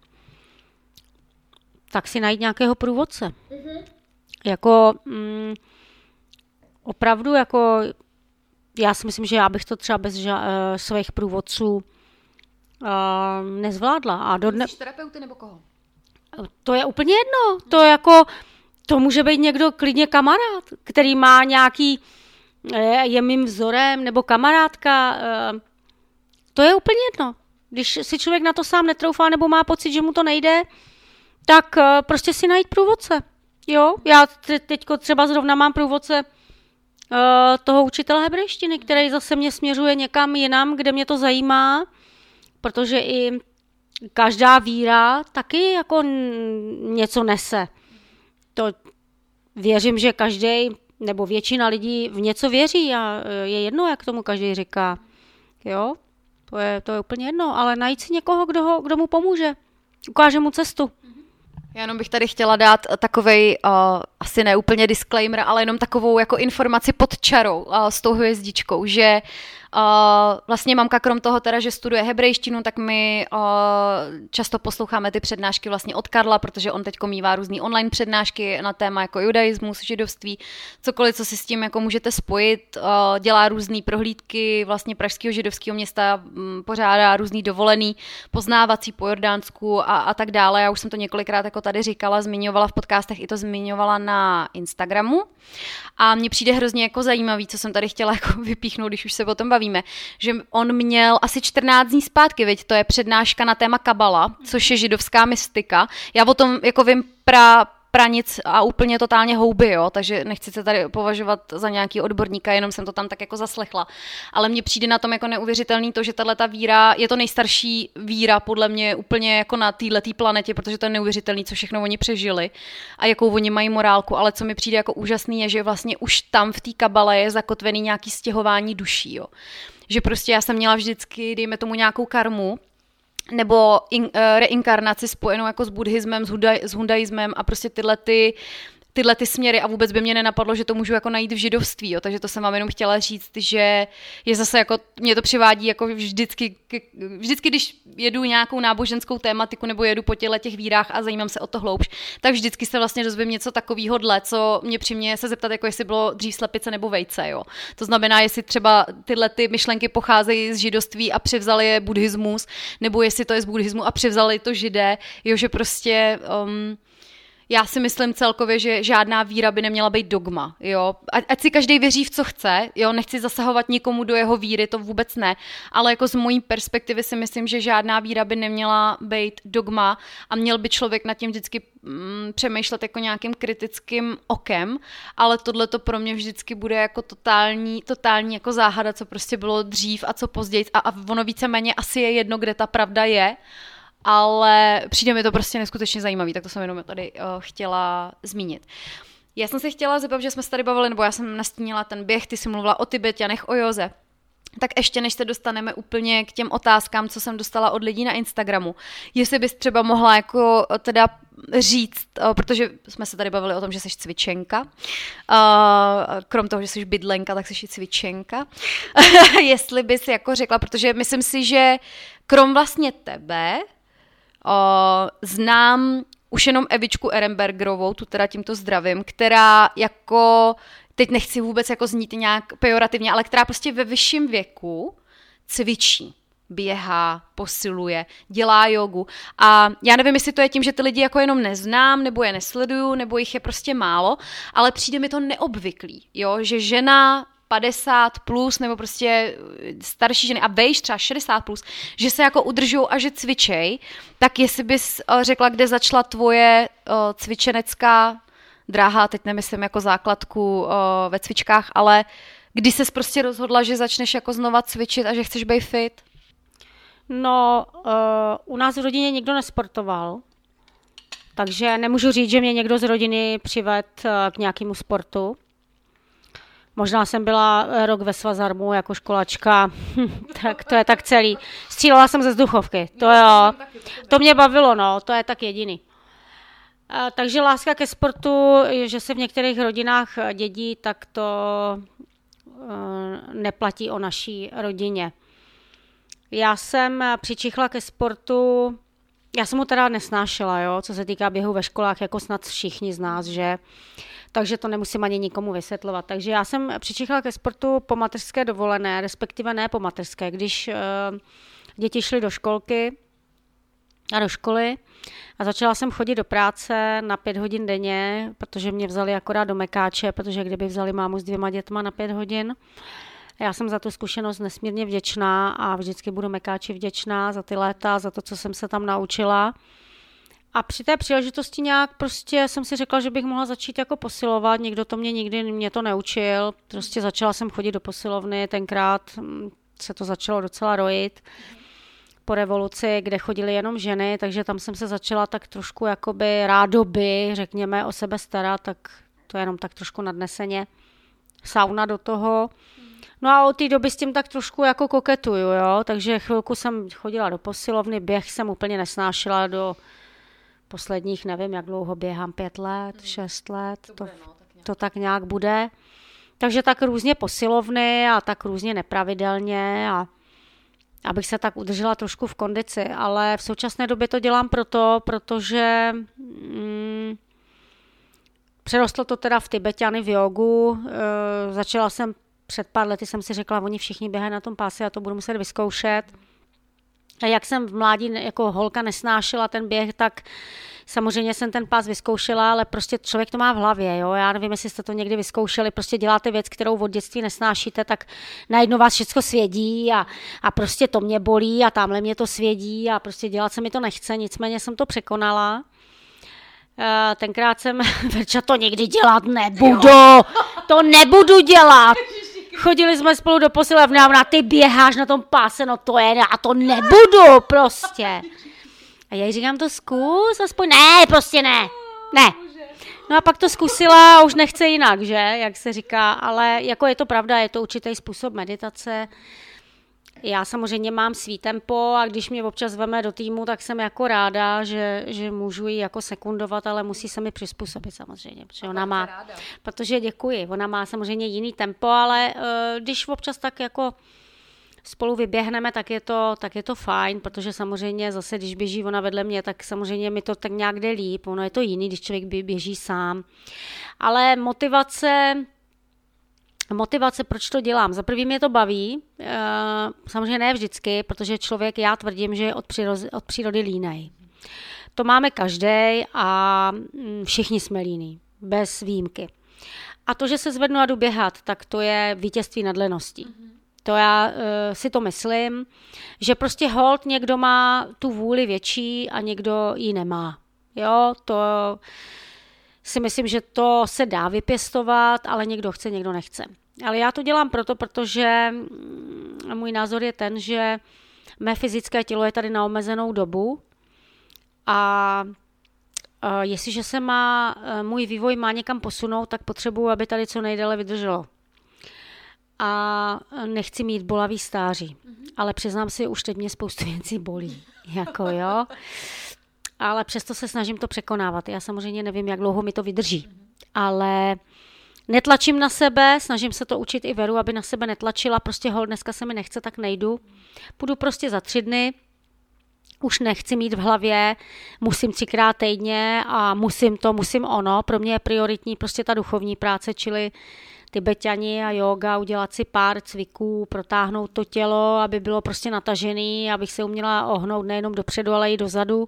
Speaker 3: tak si najít nějakého průvodce. Mm-hmm. Jako mm, opravdu, jako já si myslím, že já bych to třeba bez ža- uh, svých průvodců uh, nezvládla. A do dne...
Speaker 2: Jsi terapeuty nebo koho?
Speaker 3: To je úplně jedno. To jako, to může být někdo klidně kamarád, který má nějaký, je mým vzorem, nebo kamarádka. To je úplně jedno. Když si člověk na to sám netroufá, nebo má pocit, že mu to nejde, tak prostě si najít průvodce. Jo, já teďko třeba zrovna mám průvodce toho učitele hebrejštiny, který zase mě směřuje někam jinam, kde mě to zajímá, protože i každá víra taky jako něco nese. To věřím, že každý nebo většina lidí v něco věří a je jedno, jak tomu každý říká. Jo, to je, to je úplně jedno, ale najít si někoho, kdo, ho, kdo mu pomůže, ukáže mu cestu.
Speaker 2: Já jenom bych tady chtěla dát takovej, uh, asi ne úplně disclaimer, ale jenom takovou jako informaci pod čarou uh, s tou hvězdičkou, že Uh, vlastně mamka krom toho teda, že studuje hebrejštinu, tak my uh, často posloucháme ty přednášky vlastně od Karla, protože on teďko mívá různý online přednášky na téma jako judaismus, židovství, cokoliv, co si s tím jako můžete spojit, uh, dělá různý prohlídky vlastně pražského židovského města, um, pořádá různý dovolený, poznávací po Jordánsku a, a tak dále. Já už jsem to několikrát jako tady říkala, zmiňovala v podcastech, i to zmiňovala na Instagramu a mně přijde hrozně jako zajímavý, co jsem tady chtěla jako vypíchnout, když už se o tom bavíme. Víme, že on měl asi čtrnáct dní zpátky, viď? To je přednáška na téma kabala, což je židovská mystika. Já o tom jako vím pra, pranic a úplně totálně houby, jo? Takže nechci se tady považovat za nějaký odborníka, jenom jsem to tam tak jako zaslechla. Ale mně přijde na tom jako neuvěřitelný to, že tahleta víra, je to nejstarší víra podle mě úplně jako na této planetě, protože to je neuvěřitelný, co všechno oni přežili a jakou oni mají morálku, ale co mi přijde jako úžasný je, že vlastně už tam v té kabale je zakotvený nějaký stěhování duší, jo? Že prostě já jsem měla vždycky, dejme tomu nějakou karmu, nebo in, uh, reinkarnaci spojenou jako s buddhismem, s, huda, s hundaismem a prostě tyhle ty, tyhle ty směry a vůbec by mě nenapadlo, že to můžu jako najít v židovství, jo. Takže to jsem vám jenom chtěla říct, že je zase jako, mě to přivádí jako vždycky, vždycky, když jedu nějakou náboženskou tématiku nebo jedu po těle těch vírách a zajímám se o to hloubš, tak vždycky se vlastně dozvím něco takového dle, co mě přiměje se zeptat, jako jestli bylo dřív slepice nebo vejce, jo. To znamená, jestli třeba tyhle ty myšlenky pocházejí z židovství a převzali je buddhismus, nebo jestli to je z buddhismu a převzali to židé, jo, že prostě um, já si myslím celkově, že žádná víra by neměla být dogma, jo. Ať, ať si každý věří v co chce, jo, nechci zasahovat nikomu do jeho víry, to vůbec ne, ale jako z mojí perspektivy si myslím, že žádná víra by neměla být dogma a měl by člověk nad tím vždycky mm, přemýšlet jako nějakým kritickým okem, ale tohle to pro mě vždycky bude jako totální, totální jako záhada, co prostě bylo dřív a co později a, a ono víceméně asi je jedno, kde ta pravda je, ale přijde mi to prostě neskutečně zajímavý, tak to jsem jenom tady uh, chtěla zmínit. Já jsem se chtěla zeptat, že jsme se tady bavili, nebo já jsem nastínila ten běh, ty jsi mluvila o Tibeťanech, o józe. Tak ještě než se dostaneme úplně k těm otázkám, co jsem dostala od lidí na Instagramu, jestli bys třeba mohla jako teda říct, protože jsme se tady bavili o tom, že jsi cvičenka, krom toho, že jsi bydlenka, tak jsi i cvičenka, jestli bys jako řekla, protože myslím si, že krom vlastně tebe znám už jenom Evičku Ehrenbergerovou, tu teda tímto zdravím, která jako teď nechci vůbec jako znít nějak pejorativně, ale která prostě ve vyšším věku cvičí, běhá, posiluje, dělá jogu a já nevím, jestli to je tím, že ty lidi jako jenom neznám, nebo je nesleduju, nebo jich je prostě málo, ale přijde mi to neobvyklý, jo, že žena padesát plus, nebo prostě starší ženy a vejš třeba šedesát plus, že se jako udržujou a že cvičej, tak jestli bys řekla, kde začala tvoje cvičenecká dráha, teď nemyslím jako základku o, ve cvičkách, ale kdy ses prostě rozhodla, že začneš jako znova cvičit a že chceš být fit?
Speaker 3: No, uh, u nás v rodině nikdo nesportoval, takže nemůžu říct, že mě někdo z rodiny přived uh, k nějakému sportu. Možná jsem byla rok ve Svazarmu jako školačka, tak to je tak celý. Střílela jsem ze vzduchovky, to jo, to mě bavilo, no, to je tak jediný. Takže láska ke sportu, že se v některých rodinách dědí, tak to neplatí o naší rodině. Já jsem přičichla ke sportu, já jsem ho teda nesnášela, jo, co se týká běhu ve školách, jako snad všichni z nás, že? Takže to nemusím ani nikomu vysvětlovat. Takže já jsem přičichla ke sportu po mateřské dovolené, respektive ne po mateřské, když uh, děti šly do školky a do školy a začala jsem chodit do práce na pět hodin denně, protože mě vzali akorát do Mekáče, protože kdyby vzali mámu s dvěma dětma na pět hodin. Já jsem za tu zkušenost nesmírně vděčná a vždycky budu Mekáči vděčná za ty léta, za to, co jsem se tam naučila. A při té příležitosti nějak prostě jsem si řekla, že bych mohla začít jako posilovat, nikdo to mě nikdy mě to neučil, prostě začala jsem chodit do posilovny, tenkrát se to začalo docela rojit po revoluci, kde chodily jenom ženy, takže tam jsem se začala tak trošku jakoby rádoby, řekněme, o sebe starat, tak to jenom tak trošku nadneseně, sauna do toho. No a od té doby s tím tak trošku jako koketuju, jo, takže chvilku jsem chodila do posilovny, běh jsem úplně nesnášela do posledních, nevím, jak dlouho běhám, pět let, šest let, to, to tak nějak bude. Takže tak různě posilovny a tak různě nepravidelně a abych se tak udržela trošku v kondici, ale v současné době to dělám proto, protože mm, přerostlo to teda v Tibeťany v jogu, e, začala jsem před pár lety, jsem si řekla, oni všichni běhají na tom páse, já to budu muset vyzkoušet. A jak jsem v mládí jako holka nesnášela ten běh, tak samozřejmě jsem ten pás vyzkoušela, ale prostě člověk to má v hlavě, jo. Já nevím, jestli jste to někdy vyzkoušeli, prostě děláte věc, kterou od dětství nesnášíte, tak najednou vás všechno svědí a, a prostě to mě bolí a tamhle mě to svědí a prostě dělat se mi to nechce, nicméně jsem to překonala. Tenkrát jsem, Verča, to nikdy dělat nebudu, to nebudu dělat. Chodili jsme spolu do posilovny a ona, ty běháš na tom páse, no to je, a to nebudu prostě. A já jí říkám, to zkus, aspoň ne, prostě ne, ne. No a pak to zkusila a už nechce jinak, že, jak se říká, ale jako je to pravda, je to určitý způsob meditace. Já samozřejmě mám svý tempo a když mě občas veme do týmu, tak jsem jako ráda, že, že můžu jí jako sekundovat, ale musí se mi přizpůsobit samozřejmě, protože ona má, protože děkuji, ona má samozřejmě jiný tempo, ale uh, když občas tak jako spolu vyběhneme, tak je to, tak je to fajn, protože samozřejmě zase, když běží ona vedle mě, tak samozřejmě mi to tak nějak jde líp, ono je to jiný, když člověk běží sám, ale motivace... Motivace, proč to dělám? Za prvý mě to baví, samozřejmě ne vždycky, protože člověk, já tvrdím, že je od přírody, od přírody línej. To máme každý a všichni jsme líní, bez výjimky. A to, že se zvednu a jdu běhat, tak to je vítězství nad leností. To já uh, si to myslím, že prostě holt někdo má tu vůli větší a někdo ji nemá. Jo, to... si myslím, že to se dá vypěstovat, ale někdo chce, někdo nechce. Ale já to dělám proto, protože můj názor je ten, že mé fyzické tělo je tady na omezenou dobu a jestliže se má, můj vývoj má někam posunout, tak potřebuji, aby tady co nejdéle vydrželo. A nechci mít bolavý stáří. Ale přiznám si, už teď mě spoustu věcí bolí. Jako jo. Ale přesto se snažím to překonávat. Já samozřejmě nevím, jak dlouho mi to vydrží. Ale netlačím na sebe, snažím se to učit i Veru, aby na sebe netlačila. Prostě hol, dneska se mi nechce, tak nejdu. Půjdu prostě za tři dny. Už nechci mít v hlavě, musím třikrát týdně a musím to, musím ono. Pro mě je prioritní prostě ta duchovní práce, čili Tibeťani a yoga, udělat si pár cviků, protáhnout to tělo, aby bylo prostě natažený, abych se uměla ohnout nejenom dopředu, ale i dozadu.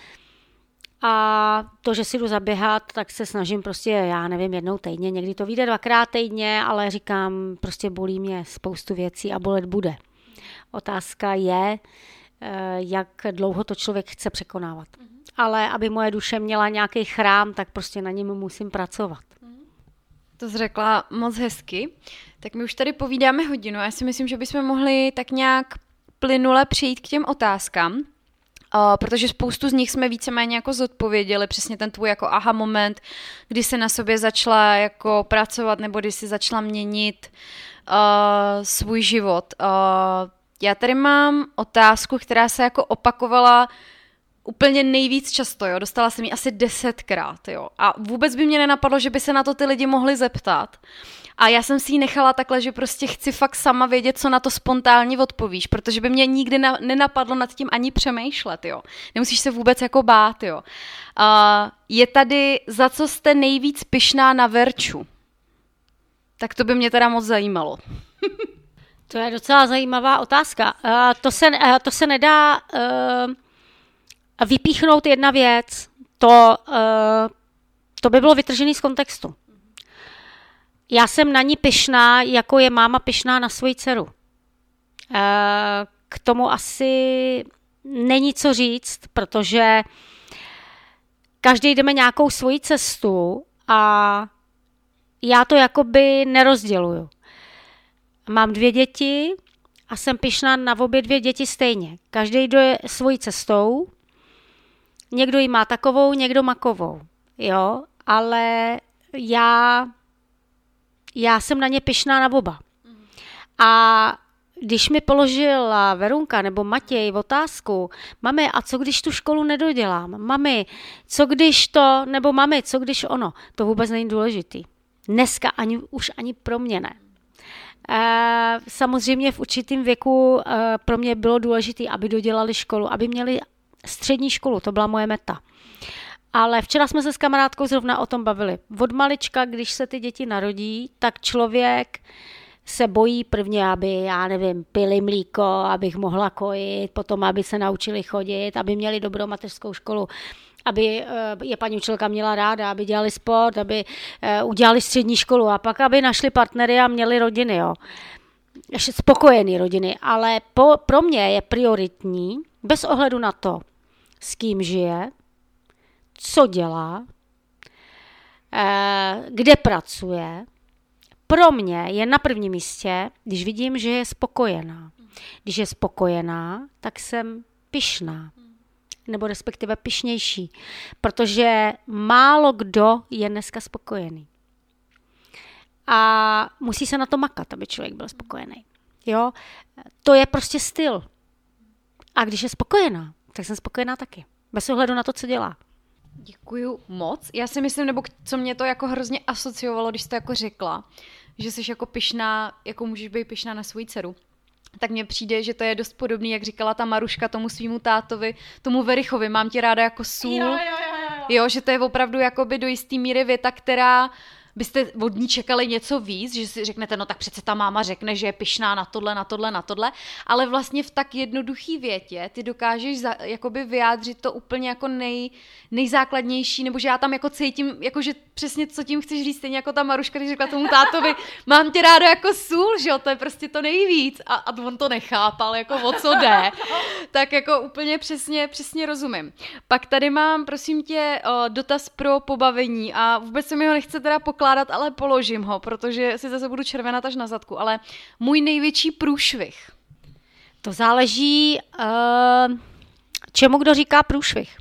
Speaker 3: A to, že si jdu zaběhat, tak se snažím prostě, já nevím, jednou týdně, někdy to vyjde dvakrát týdně, ale říkám, prostě bolí mě spoustu věcí a bolet bude. Otázka je, jak dlouho to člověk chce překonávat. Ale aby moje duše měla nějaký chrám, tak prostě na něm musím pracovat.
Speaker 2: To jsi řekla moc hezky. Tak my už tady povídáme hodinu. Já si myslím, že bychom mohli tak nějak plynule přijít k těm otázkám, uh, protože spoustu z nich jsme víceméně jako zodpověděli. Přesně ten tvůj jako aha moment, kdy se na sobě začala jako pracovat nebo kdy si začala měnit uh, svůj život. Uh, já tady mám otázku, která se jako opakovala úplně nejvíc často, jo. Dostala jsem ji asi desetkrát, jo. A vůbec by mě nenapadlo, že by se na to ty lidi mohli zeptat. A já jsem si ji nechala takhle, že prostě chci fakt sama vědět, co na to spontánně odpovíš, protože by mě nikdy na, nenapadlo nad tím ani přemýšlet, jo. Nemusíš se vůbec jako bát, jo. Uh, je tady, za co jste nejvíc pyšná na Verču? Tak to by mě teda moc zajímalo.
Speaker 3: To je docela zajímavá otázka. Uh, to, se, uh, to se nedá... Uh... vypíchnout jedna věc, to, uh, to by bylo vytržené z kontextu. Já jsem na ní pyšná, jako je máma pyšná na svoji dceru. Uh, k tomu asi není co říct, protože každý jdeme nějakou svoji cestu a já to jakoby nerozděluju. Mám dvě děti a jsem pyšná na obě dvě děti stejně. Každý jde svojí cestou. Někdo ji má takovou, někdo makovou, jo, ale já, já jsem na ně pyšná na oba. A když mi položila Verunka nebo Matěj otázku, mami, a co když tu školu nedodělám? Mami, co když to, nebo mami, co když ono? To vůbec není důležitý. Dneska ani, už ani pro mě ne. E, samozřejmě v určitém věku e, pro mě bylo důležité, aby dodělali školu, aby měli střední školu, to byla moje meta. Ale včera jsme se s kamarádkou zrovna o tom bavili. Od malička, když se ty děti narodí, tak člověk se bojí prvně, aby, já nevím, pili mlíko, abych mohla kojit, potom, aby se naučili chodit, aby měli dobrou mateřskou školu, aby je paní učitelka měla ráda, aby dělali sport, aby udělali střední školu a pak, aby našli partnery a měli rodiny, jo. Ještě spokojený rodiny, ale po, pro mě je prioritní, bez ohledu na to, s kým žije, co dělá, kde pracuje. Pro mě je na prvním místě, když vidím, že je spokojená. Když je spokojená, tak jsem pyšná, nebo respektive pyšnější, protože málo kdo je dneska spokojený. A musí se na to makat, aby člověk byl spokojený. Jo? To je prostě styl. A když je spokojená, tak jsem spokojená taky. Bez ohledu na to, co dělá.
Speaker 2: Děkuju moc. Já si myslím, nebo co mě to jako hrozně asociovalo, když jsi to jako řekla, že jsi jako pyšná, jako můžeš být pyšná na svou dceru. Tak mně přijde, že to je dost podobný, jak říkala ta Maruška tomu svýmu tátovi, tomu Verichovi, mám tě ráda jako sůl. Jo, jo, jo, jo. Jo, že to je opravdu jakoby do jistý míry věta, která byste od ní čekali něco víc, že si řeknete, no tak přece ta máma řekne, že je pyšná na tohle, na tohle, na tohle, ale vlastně v tak jednoduchý větě ty dokážeš za, jakoby vyjádřit to úplně jako nej, nejzákladnější, nebo že já tam jako cítím, jako že přesně co tím chceš říct, stejně jako ta Maruška, když řekla tomu tátovi, mám tě ráda jako sůl, že jo, to je prostě to nejvíc a, a on to nechápal, jako o co jde, tak jako úplně přesně, přesně rozumím. Pak tady mám, prosím tě, dotaz pro pobavení a vůbec se mi ho nechce teda pokládat, ale položím ho, protože si zase budu červenat až na zadku, ale můj největší průšvih.
Speaker 3: To záleží, uh, čemu kdo říká průšvih.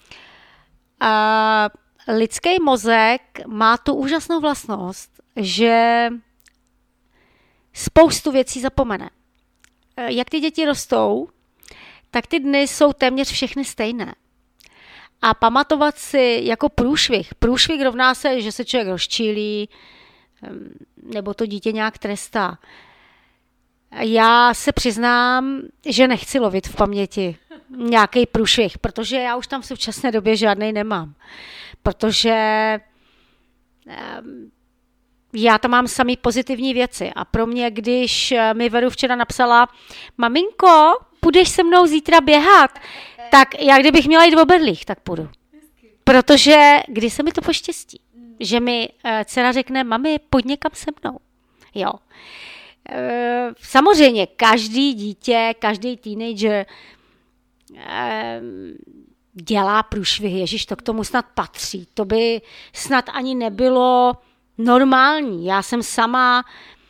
Speaker 3: Uh, lidský mozek má tu úžasnou vlastnost, že spoustu věcí zapomene. Uh, jak ty děti rostou, tak ty dny jsou téměř všechny stejné. A pamatovat si jako průšvih. Průšvih rovná se, že se člověk rozčílí, nebo to dítě nějak trestá. Já se přiznám, že nechci lovit v paměti nějaký průšvih, protože já už tam v současné době žádnej nemám. Protože já tam mám samý pozitivní věci. A pro mě, když mi Veru včera napsala, maminko, půjdeš se mnou zítra běhat, tak já kdybych měla jít v Oberlích, tak půjdu. Protože kdy se mi to poštěstí, že mi dcera řekne, mami, pojď někam se mnou. Jo. E, samozřejmě každý dítě, každý teenager e, dělá průšvihy. Ježiš, to k tomu snad patří. To by snad ani nebylo normální. Já jsem sama,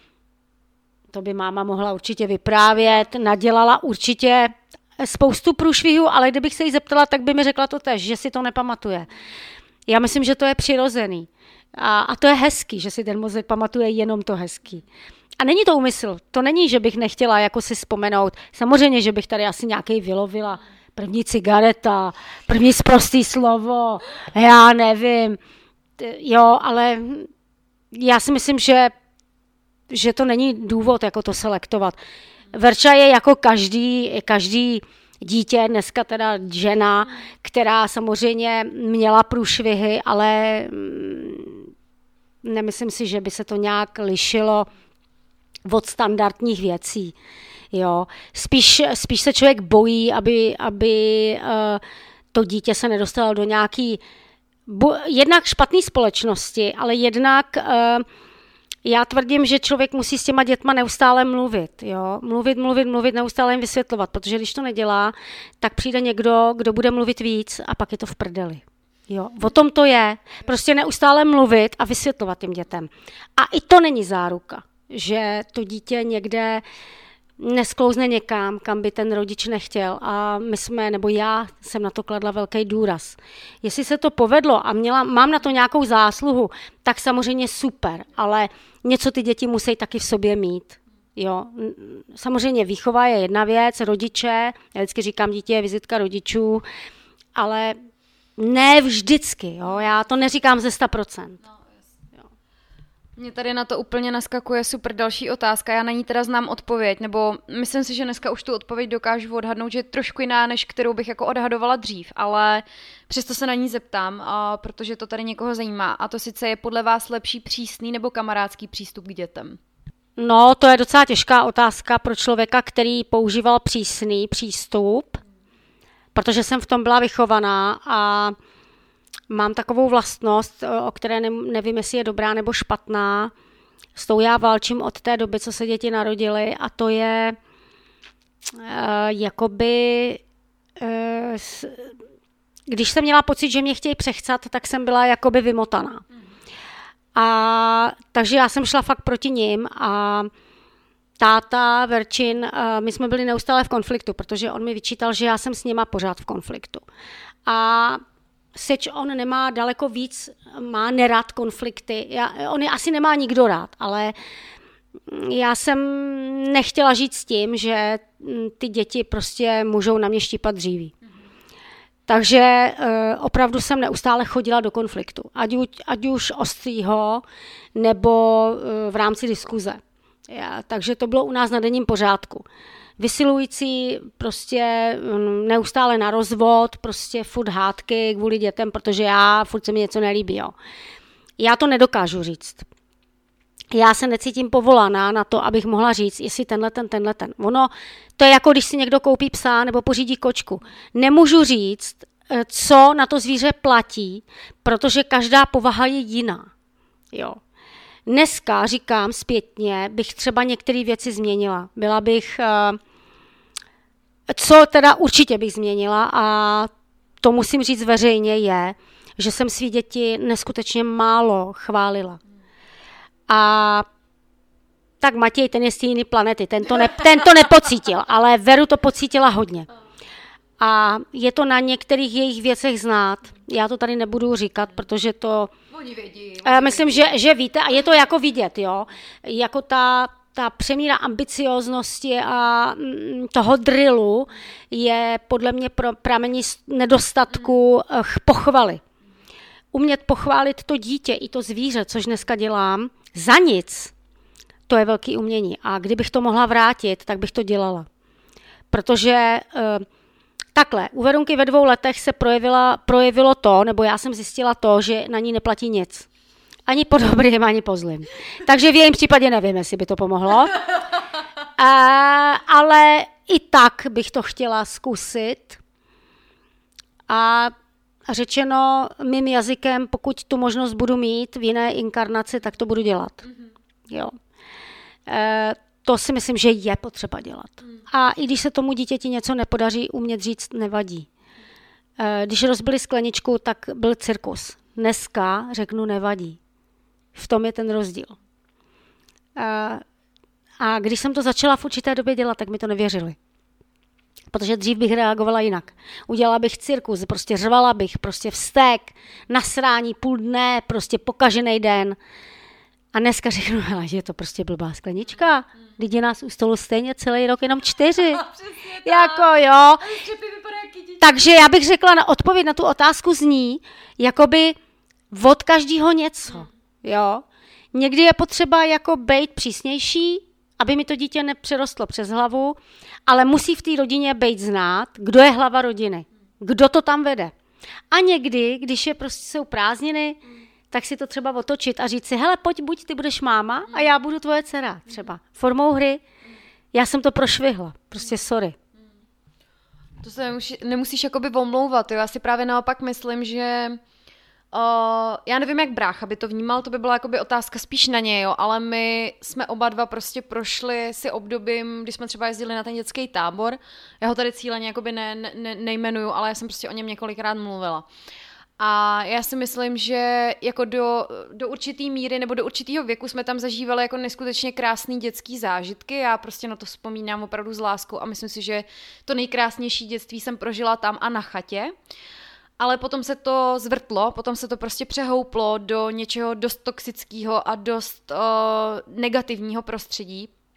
Speaker 3: to by máma mohla určitě vyprávět, nadělala určitě spoustu průšvihů, ale kdybych se jí zeptala, tak by mi řekla to tež, že si to nepamatuje. Já myslím, že to je přirozený. A, a to je hezký, že si ten mozek pamatuje jenom to hezký. A není to úmysl. To není, že bych nechtěla jako si vzpomenout. Samozřejmě, že bych tady asi nějaký vylovila. První cigareta, první sprostý slovo, já nevím. Jo, ale já si myslím, že, že to není důvod jako to selektovat. Verča je jako každý, každý dítě, dneska teda žena, která samozřejmě měla průšvihy, ale nemyslím si, že by se to nějak lišilo od standardních věcí. Jo. Spíš, spíš se člověk bojí, aby, aby uh, to dítě se nedostalo do nějaký bo, jednak špatné společnosti, ale jednak uh, já tvrdím, že člověk musí s těma dětma neustále mluvit. Jo? Mluvit, mluvit, mluvit, neustále jim vysvětlovat, protože když to nedělá, tak přijde někdo, kdo bude mluvit víc a pak je to v prdeli. Jo? O tom to je. Prostě neustále mluvit a vysvětlovat těm dětem. A i to není záruka, že to dítě někde nesklouzne někam, kam by ten rodič nechtěl. A my jsme, nebo já jsem na to kladla velký důraz. Jestli se to povedlo a měla, mám na to nějakou zásluhu, tak samozřejmě super, ale něco ty děti musí taky v sobě mít. Jo, samozřejmě výchova je jedna věc, rodiče, já vždycky říkám, dítě je vizitka rodičů, ale ne vždycky, jo, já to neříkám ze sto procent.
Speaker 2: No, Mně tady na to úplně naskakuje super další otázka, já na ní teda znám odpověď, nebo myslím si, že dneska už tu odpověď dokážu odhadnout, že je trošku jiná, než kterou bych jako odhadovala dřív, ale přesto se na ní zeptám, a protože to tady někoho zajímá, a to sice je podle vás lepší přísný nebo kamarádský přístup k dětem?
Speaker 3: No, to je docela těžká otázka pro člověka, který používal přísný přístup, protože jsem v tom byla vychovaná a mám takovou vlastnost, o které nevím, jestli je dobrá nebo špatná. S tou já válčím od té doby, co se děti narodily, a to je uh, jakoby, uh, když jsem měla pocit, že mě chtějí přechcat, tak jsem byla jakoby vymotaná. A takže já jsem šla fakt proti nim a táta, Verčin, uh, my jsme byli neustále v konfliktu, protože on mi vyčítal, že já jsem s nima pořád v konfliktu. A seč on nemá daleko víc, má nerad konflikty. Já, on je asi nemá nikdo rád, ale já jsem nechtěla žít s tím, že ty děti prostě můžou na mě štípat dříví. Takže uh, opravdu jsem neustále chodila do konfliktu, ať, u, ať už ostrýho, nebo uh, v rámci diskuze. Já, takže to bylo u nás na denním pořádku. Vysilující, prostě neustále na rozvod, prostě furt hádky kvůli dětem, protože já, furt se mi něco nelíbí. Jo. Já to nedokážu říct. Já se necítím povolaná na to, abych mohla říct, jestli tenhle ten, tenhle ten. Ono, to je jako když si někdo koupí psa nebo pořídí kočku. Nemůžu říct, co na to zvíře platí, protože každá povaha je jiná. Jo. Dneska, říkám zpětně, bych třeba některé věci změnila. Byla bych, co teda určitě bych změnila, a to musím říct veřejně, je, že jsem svý děti neskutečně málo chválila. A tak Matěj, ten je z té jiné planety, ten to, ne, ten to nepocítil, ale Veru to pocítila hodně. A je to na některých jejich věcech znát. Já to tady nebudu říkat, protože to...
Speaker 2: Oni vědí.
Speaker 3: Oni myslím, vědí. Že, že víte, a je to jako vidět, jo. Jako ta, ta přemíra ambicioznosti a toho drillu je podle mě pro pramení nedostatku mm. pochvaly. Umět pochválit to dítě i to zvíře, což dneska dělám, za nic, to je velký umění. A kdybych to mohla vrátit, tak bych to dělala. Protože... Takhle, u Verunky ve dvou letech se projevila, projevilo to, nebo já jsem zjistila to, že na ní neplatí nic. Ani po dobrým, ani po zlým. Takže v jejím případě nevím, jestli by to pomohlo. A, ale i tak bych to chtěla zkusit. A řečeno mým jazykem, pokud tu možnost budu mít v jiné inkarnaci, tak to budu dělat. Jo. E, To si myslím, že je potřeba dělat. A i když se tomu dítěti něco nepodaří umět říct, nevadí. Když rozbili skleničku, tak byl cirkus. Dneska řeknu nevadí. V tom je ten rozdíl. A když jsem to začala v určité době dělat, tak mi to nevěřili. Protože dřív bych reagovala jinak. Udělala bych cirkus, prostě řvala bych, prostě vztek, nasrání půl dne, prostě pokažený den. A dneska řeknu, hele, že je to prostě blbá sklenička. Vždyť je nás u stolu stejně celý rok jenom čtyři. Jako jo. Takže já bych řekla, na odpověď na tu otázku zní, jakoby od každého něco. Jo. Někdy je potřeba jako být přísnější, aby mi to dítě nepřerostlo přes hlavu, ale musí v té rodině být znát, kdo je hlava rodiny. Kdo to tam vede. A někdy, když je prostě jsou prázdniny, tak si to třeba otočit a říct si, hele, pojď, buď ty budeš máma a já budu tvoje dcera třeba. Formou hry. Já jsem to prošvihla. Prostě sorry.
Speaker 2: To se nemusí, nemusíš jakoby omlouvat, jo. Já si právě naopak myslím, že uh, já nevím, jak brácha by to vnímal, to by byla jakoby otázka spíš na něj, jo, ale my jsme oba dva prostě prošli si obdobím, když jsme třeba jezdili na ten dětský tábor. Já ho tady cíleně jakoby ne, ne, nejmenuju, ale já jsem prostě o něm několikrát mluvila. A já si myslím, že jako do, do určitý míry nebo do určitého věku jsme tam zažívali jako neskutečně krásný dětský zážitky. Já prostě na to vzpomínám opravdu s láskou a myslím si, že to nejkrásnější dětství jsem prožila tam a na chatě. Ale potom se to zvrtlo, potom se to prostě přehouplo do něčeho dost toxického a dost uh, negativního prostředí.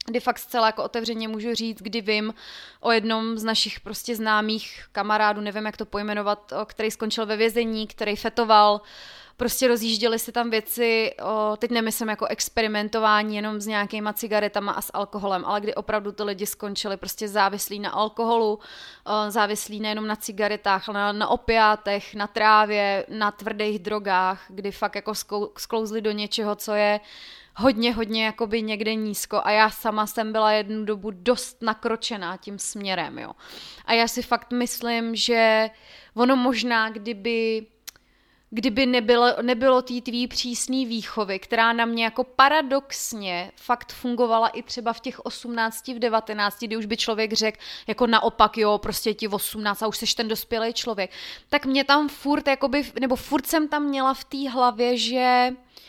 Speaker 2: kdy fakt zcela jako otevřeně můžu říct, kdy vím o jednom z našich prostě známých kamarádů, nevím, jak to pojmenovat, který skončil ve vězení, který fetoval, prostě rozjížděly se tam věci, o, teď nemyslím jako experimentování jenom s nějakýma cigaretama a s alkoholem, ale kdy opravdu ty lidi skončili prostě závislí na alkoholu, o, závislí nejenom na cigaretách, ale na, na opiátech, na trávě, na tvrdých drogách, kdy fakt jako sklouzli do něčeho, co je hodně, hodně jakoby někde nízko a já sama jsem byla jednu dobu dost nakročená tím směrem, jo. A já si fakt myslím, že ono možná, kdyby kdyby nebylo, nebylo té tvý přísný výchovy, která na mě jako paradoxně fakt fungovala i třeba v těch osmnácti, v devatenácti, kdy už by člověk řekl jako naopak, jo, prostě ti osmnáct a už seš ten dospělý člověk, tak mě tam furt, jakoby, nebo furt jsem tam měla v té hlavě, že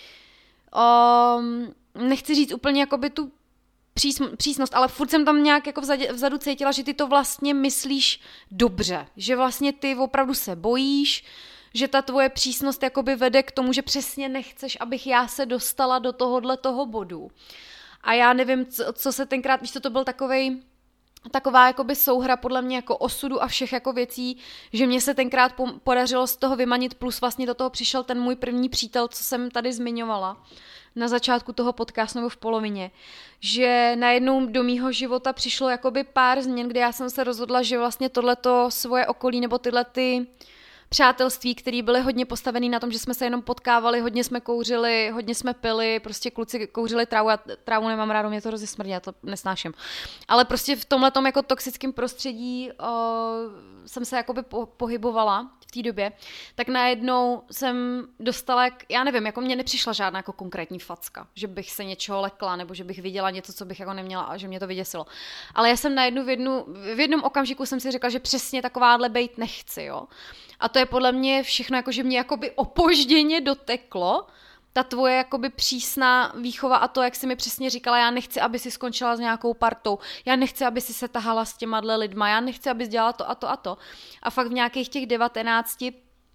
Speaker 2: um, nechci říct úplně jakoby tu přísnost, ale furt jsem tam nějak jako vzadu, vzadu cítila, že ty to vlastně myslíš dobře, že vlastně ty opravdu se bojíš, že ta tvoje přísnost jakoby vede k tomu, že přesně nechceš, abych já se dostala do tohohle toho bodu. A já nevím, co, co se tenkrát, víš, co to byl takovej, taková jakoby souhra podle mě jako osudu a všech jako věcí, že mě se tenkrát podařilo z toho vymanit, plus vlastně do toho přišel ten můj první přítel, co jsem tady zmiňovala na začátku toho podcastu nebo v polovině, že najednou do mýho života přišlo jakoby pár změn, kde já jsem se rozhodla, že vlastně tohleto svoje okolí nebo tyhle ty přátelství, které byly hodně postavené na tom, že jsme se jenom potkávali, hodně jsme kouřili, hodně jsme pili, prostě kluci kouřili trávu, já trávu nemám rádu, mě to hrozně smrdí, já to nesnáším. Ale prostě v tomhletom jako toxickém prostředí o, jsem se jakoby po, pohybovala v té době, tak najednou jsem dostala, já nevím, jako mně nepřišla žádná jako konkrétní facka, že bych se něčeho lekla, nebo že bych viděla něco, co bych jako neměla a že mě to vyděsilo. Ale já jsem najednou v, jednu, v jednom okamžiku jsem si řekla, že přesně takováhle bejt nechci, jo. A to je podle mě všechno, jako, že mě jakoby opožděně doteklo, ta tvoje jakoby přísná výchova a to, jak jsi mi přesně říkala, já nechci, aby si skončila s nějakou partou, já nechci, aby si se tahala s těma lidma, já nechci, abys dělala to a to a to. A fakt v nějakých těch devatenácti,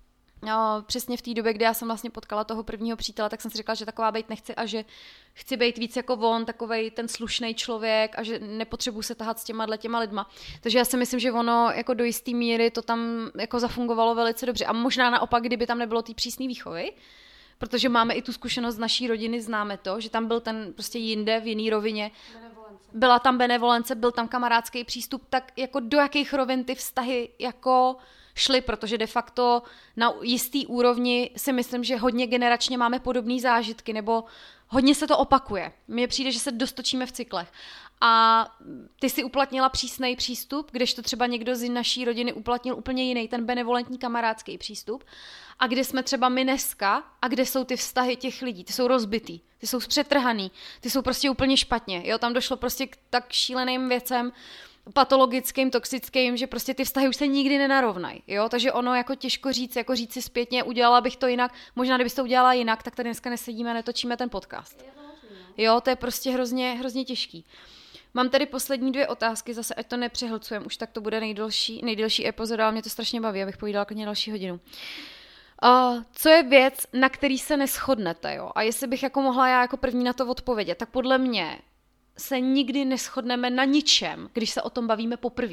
Speaker 2: no, přesně v té době, kdy já jsem vlastně potkala toho prvního přítele, tak jsem si říkala, že taková bejt nechci a že chci být víc jako on, takovej ten slušný člověk a že nepotřebuji se tahat s těma těma lidma. Takže já si myslím, že ono jako do jistý míry to tam jako zafungovalo velice dobře. A možná naopak, kdyby tam nebylo té přísné výchovy, protože máme i tu zkušenost z naší rodiny, známe to, že tam byl ten prostě jinde, v jiný rovině. Benevolence. Byla tam benevolence, byl tam kamarádský přístup, tak jako do jakých rovin ty vztahy jako šly, protože de facto na jistý úrovni si myslím, že hodně generačně máme podobné zážitky, nebo hodně se to opakuje. Mně přijde, že se dostočíme v cyklech. A ty si uplatnila přísnej přístup, kdežto třeba někdo z naší rodiny uplatnil úplně jiný, ten benevolentní kamarádský přístup. A kde jsme třeba my dneska a kde jsou ty vztahy těch lidí, ty jsou rozbitý, ty jsou zpřetrhaný, ty jsou prostě úplně špatně. Jo, tam došlo prostě k tak šíleným věcem, patologickým, toxickým, že prostě ty vztahy už se nikdy nenarovnají, jo, takže ono jako těžko říct, jako říct si zpětně, udělala bych to jinak, možná kdybys to udělala jinak, tak tady dneska nesedíme a netočíme ten podcast. Jo, to je prostě hrozně, hrozně těžký. Mám tady poslední dvě otázky, zase ať to nepřehlcujem, už tak to bude nejdelší, nejdelší epizoda, ale mě to strašně baví, abych povídala klidně další hodinu. Uh, co je věc, na který se neshodnete, jo, a jestli bych jako mohla já jako první na to odpovědět, tak podle mě se nikdy neshodneme na ničem, když se o tom bavíme poprvé.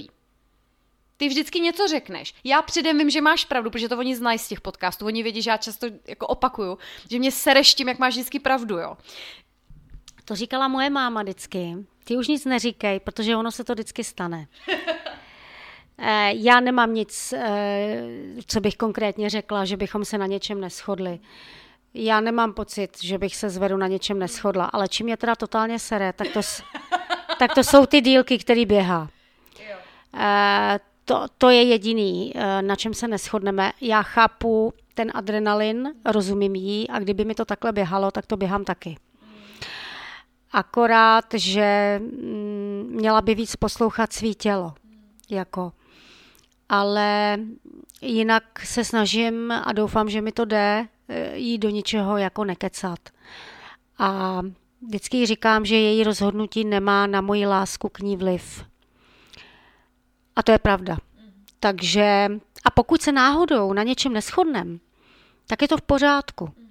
Speaker 2: Ty vždycky něco řekneš. Já předem vím, že máš pravdu, protože to oni znají z těch podcastů. Oni vědí, že já často jako opakuju, že mě sereš tím, jak máš vždycky pravdu, jo.
Speaker 3: To říkala moje máma vždycky. Ty už nic neříkej, protože ono se to vždycky stane. Já nemám nic, co bych konkrétně řekla, že bychom se na něčem neshodli. Já nemám pocit, že bych se zvedu na něčem neshodla, ale čím mě teda totálně sere, tak to, tak to jsou ty dílky, který běhá. To, to je jediný, na čem se neshodneme. Já chápu ten adrenalin, rozumím jí a kdyby mi to takhle běhalo, tak to běhám taky. Akorát, že měla by víc poslouchat svý tělo. Jako. Ale jinak se snažím a doufám, že mi to jde jít do ničeho jako nekecat. A vždycky jí říkám, že její rozhodnutí nemá na moji lásku k ní vliv. A to je pravda. Takže, a pokud se náhodou na něčem neshodneme, tak je to v pořádku.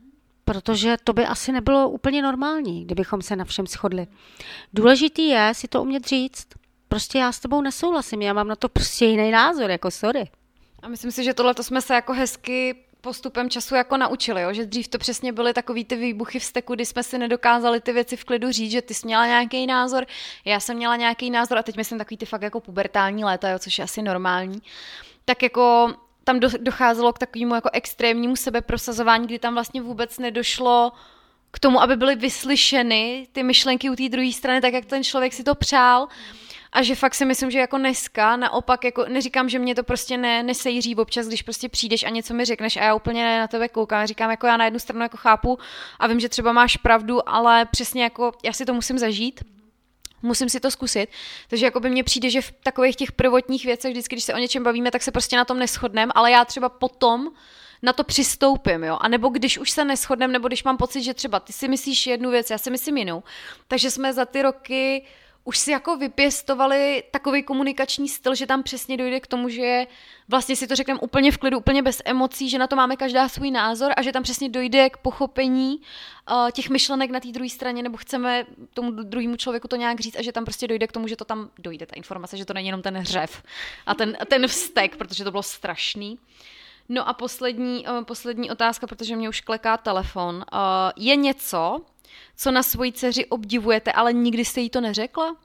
Speaker 3: protože to by asi nebylo úplně normální, kdybychom se na všem shodli. Důležitý je si to umět říct. Prostě já s tebou nesouhlasím, já mám na to prostě jiný názor, jako sorry.
Speaker 2: A myslím si, že tohle to jsme se jako hezky postupem času jako naučili, jo? Že dřív to přesně byly takový ty výbuchy vzteku, kdy jsme si nedokázali ty věci v klidu říct, že ty jsi měla nějaký názor, já jsem měla nějaký názor a teď myslím takový ty fakt jako pubertální léta, jo? Což je asi normální. Tak jako tam docházelo k takovému jako extrémnímu sebeprosazování, kdy tam vlastně vůbec nedošlo k tomu, aby byly vyslyšeny ty myšlenky u té druhé strany, tak jak ten člověk si to přál. A že fakt si myslím, že jako dneska, naopak, jako neříkám, že mě to prostě ne, nesejří občas, když prostě přijdeš a něco mi řekneš a já úplně na tebe koukám. Říkám, jako já na jednu stranu jako chápu a vím, že třeba máš pravdu, ale přesně jako já si to musím zažít. Musím si to zkusit. Takže jako by mně přijde, že v takových těch prvotních věcech, vždycky, když se o něčem bavíme, tak se prostě na tom neshodneme, ale já třeba potom na to přistoupím, jo. A nebo když už se neshodneme, nebo když mám pocit, že třeba ty si myslíš jednu věc, já si myslím jinou. Takže jsme za ty roky už si jako vypěstovali takový komunikační styl, že tam přesně dojde k tomu, že vlastně si to řekneme úplně v klidu, úplně bez emocí, že na to máme každá svůj názor a že tam přesně dojde k pochopení uh, těch myšlenek na té druhé straně, nebo chceme tomu druhému člověku to nějak říct a že tam prostě dojde k tomu, že to tam dojde, ta informace, že to není jenom ten hřev a ten, ten vztek, protože to bylo strašný. No a poslední, uh, poslední otázka, protože mě už kleká telefon. Uh, je něco, co na svojí dceři obdivujete, ale nikdy jste jí to neřekla?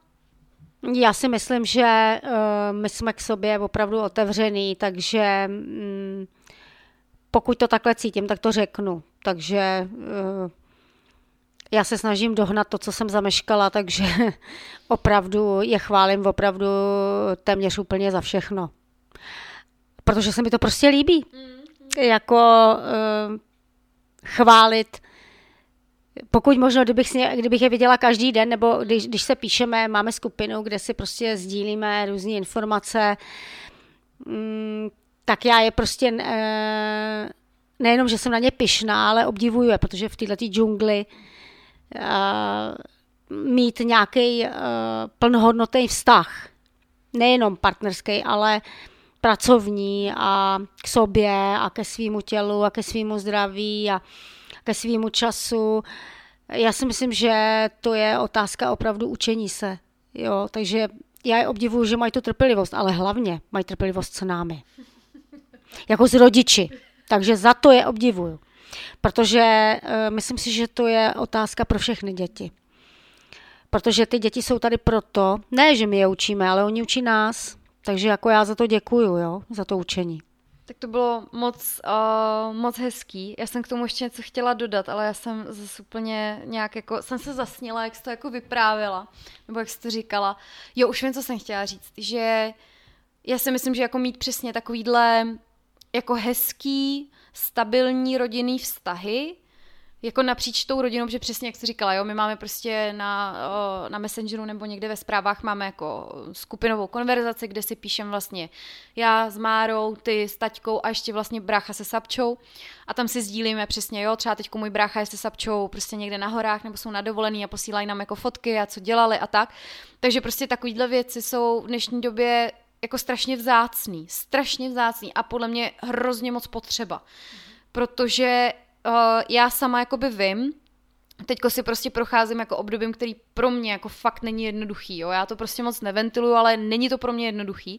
Speaker 3: Já si myslím, že uh, my jsme k sobě opravdu otevřený, takže um, pokud to takhle cítím, tak to řeknu. Takže uh, já se snažím dohnat to, co jsem zameškala, takže opravdu je chválím opravdu téměř úplně za všechno. Protože se mi to prostě líbí. Mm. Jako uh, chválit. Pokud možno, kdybych, kdybych je viděla každý den, nebo když, když se píšeme, máme skupinu, kde si prostě sdílíme různé informace, mm, tak já je prostě e, nejenom, že jsem na ně pyšná, ale obdivuju je, protože v této džungli e, mít nějaký e, plnohodnotný vztah, nejenom partnerský, ale pracovní a k sobě a ke svýmu tělu a ke svýmu zdraví a ke svýmu času. Já si myslím, že to je otázka opravdu učení se. Jo, takže já je obdivuju, že mají tu trpělivost, ale hlavně mají trpělivost s námi. Jako s rodiči. Takže za to je obdivuju. Protože uh, myslím si, že to je otázka pro všechny děti. Protože ty děti jsou tady proto, ne, že my je učíme, ale oni učí nás. Takže jako já za to děkuju, jo, za to učení.
Speaker 2: Tak to bylo moc, uh, moc hezký. Já jsem k tomu ještě něco chtěla dodat, ale já jsem zase úplně nějak jako, jsem se zasnila, jak jsi to jako vyprávěla, nebo jak jsi to říkala. Jo, už vím, co jsem chtěla říct, že já si myslím, že jako mít přesně takovýhle jako hezký, stabilní rodinný vztahy, jako napříč tou rodinou, že přesně jak jsi říkala, jo, my máme prostě na, na Messengeru nebo někde ve zprávách máme jako skupinovou konverzaci, kde si píšem vlastně já s Márou, ty s taťkou a ještě vlastně brácha se Sapčou a tam si sdílíme přesně, jo, třeba teďko můj brácha je se Sapčou prostě někde na horách nebo jsou na dovolený a posílají nám jako fotky a co dělali a tak, takže prostě takovýhle věci jsou v dnešní době jako strašně vzácný, strašně vzácný a podle mě hrozně moc potřeba, protože Uh, já sama jakoby vím, teďko si prostě procházím jako obdobím, který pro mě jako fakt není jednoduchý, jo, já to prostě moc neventiluju, ale není to pro mě jednoduchý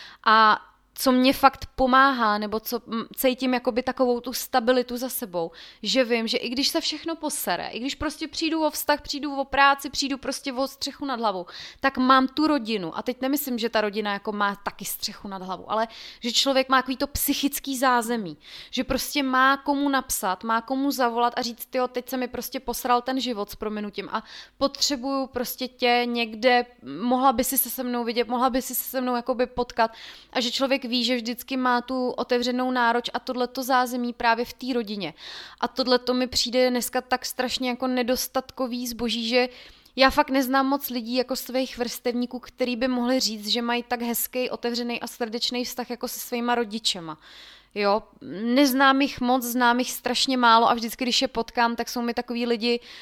Speaker 2: a co mě fakt pomáhá, nebo co cítím jakoby takovou tu stabilitu za sebou, že vím, že i když se všechno posere, i když prostě přijdu o vztah, přijdu o práci, přijdu prostě o střechu nad hlavou, tak mám tu rodinu a teď nemyslím, že ta rodina jako má taky střechu nad hlavou, ale že člověk má takový to psychický zázemí, že prostě má komu napsat, má komu zavolat a říct, tyjo, teď se mi prostě posral ten život s prominutím a potřebuju prostě tě někde, mohla by si se se mnou vidět, mohla by si se se mnou jakoby potkat a že člověk ví, že vždycky má tu otevřenou náruč a tohleto zázemí právě v té rodině. A tohleto mi přijde dneska tak strašně jako nedostatkový zboží, že já fakt neznám moc lidí jako svých vrstevníků, který by mohli říct, že mají tak hezký, otevřený a srdečný vztah jako se svýma rodičema. Jo, neznám jich moc, znám jich strašně málo a vždycky, když je potkám, tak jsou mi takový lidi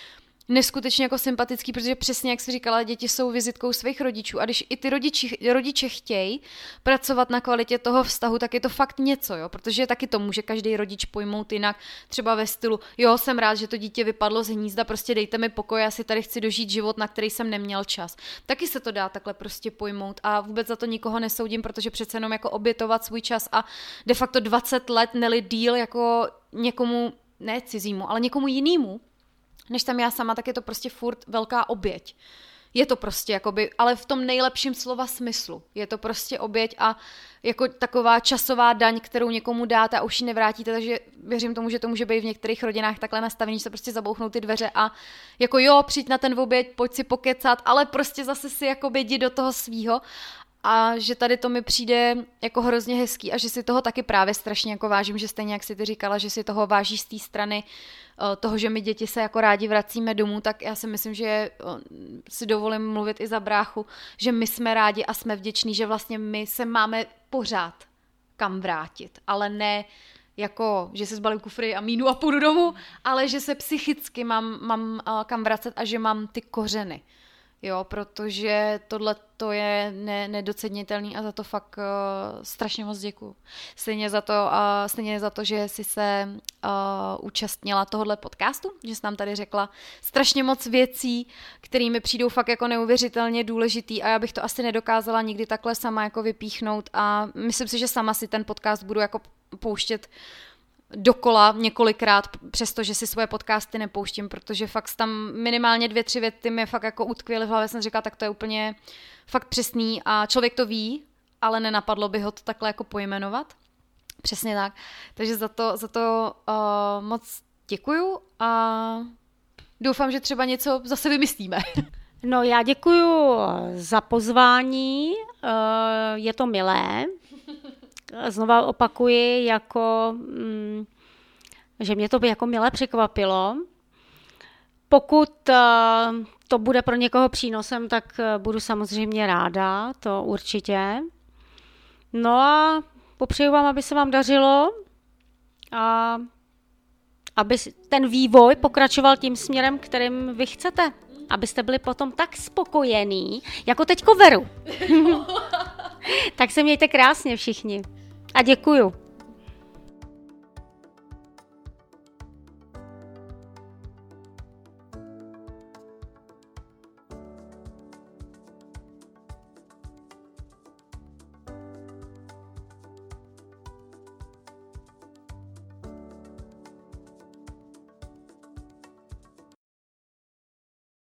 Speaker 2: neskutečně jako sympatický, protože přesně jak jsi říkala, děti jsou vizitkou svých rodičů a když i ty rodiči, rodiče chtějí pracovat na kvalitě toho vztahu, tak je to fakt něco, jo, protože taky to může každý rodič pojmout jinak, třeba ve stylu, jo, jsem rád, že to dítě vypadlo z hnízda, prostě dejte mi pokoj, já si tady chci dožít život, na který jsem neměl čas. Taky se to dá takhle prostě pojmout a vůbec za to nikoho nesoudím, protože přece jenom jako obětovat svůj čas a de facto dvacet let neli díl jako někomu, ne cizímu, ale někomu jinému, než tam já sama, tak je to prostě furt velká oběť. Je to prostě jakoby, ale v tom nejlepším slova smyslu. Je to prostě oběť a jako taková časová daň, kterou někomu dáte a už ji nevrátíte, takže věřím tomu, že to může být v některých rodinách takhle nastavený, že se prostě zabouchnou ty dveře a jako jo, přijď na ten oběť, pojď si pokecat, ale prostě zase si jakoby jdi do toho svýho. A že tady to mi přijde jako hrozně hezký a že si toho taky právě strašně jako vážím, že stejně jak si ty říkala, že si toho váží z té strany toho, že my děti se jako rádi vracíme domů, tak já si myslím, že si dovolím mluvit i za bráchu, že my jsme rádi a jsme vděční, že vlastně my se máme pořád kam vrátit, ale ne jako, že se zbalím kufry a mínu a půjdu domů, ale že se psychicky mám, mám kam vracet a že mám ty kořeny. Jo, protože tohle to je ne, nedocenitelný a za to fakt uh, strašně moc děkuju. Stejně za to, uh, stejně za to, že jsi se uh, účastnila tohohle podcastu, že jsi nám tady řekla strašně moc věcí, které mi přijdou fakt jako neuvěřitelně důležitý a já bych to asi nedokázala nikdy takhle sama jako vypíchnout a myslím si, že sama si ten podcast budu jako pouštět dokola několikrát, přestože si svoje podcasty nepouštím, protože fakt tam minimálně dvě, tři věty mi fakt jako utkvěly v hlavě, jsem říkala, tak to je úplně fakt přesný a člověk to ví, ale nenapadlo by ho to takhle jako pojmenovat. Přesně tak. Takže za to, za to uh, moc děkuju a doufám, že třeba něco zase vymyslíme.
Speaker 3: No já děkuju za pozvání, uh, je to milé. Znova opakuji, jako, mm, že mě to by jako milé překvapilo. Pokud uh, to bude pro někoho přínosem, tak uh, budu samozřejmě ráda, to určitě. No a popřeju vám, aby se vám dařilo a aby ten vývoj pokračoval tím směrem, kterým vy chcete. Abyste byli potom tak spokojení, jako teďko Veru. Tak se mějte krásně všichni. A děkuju.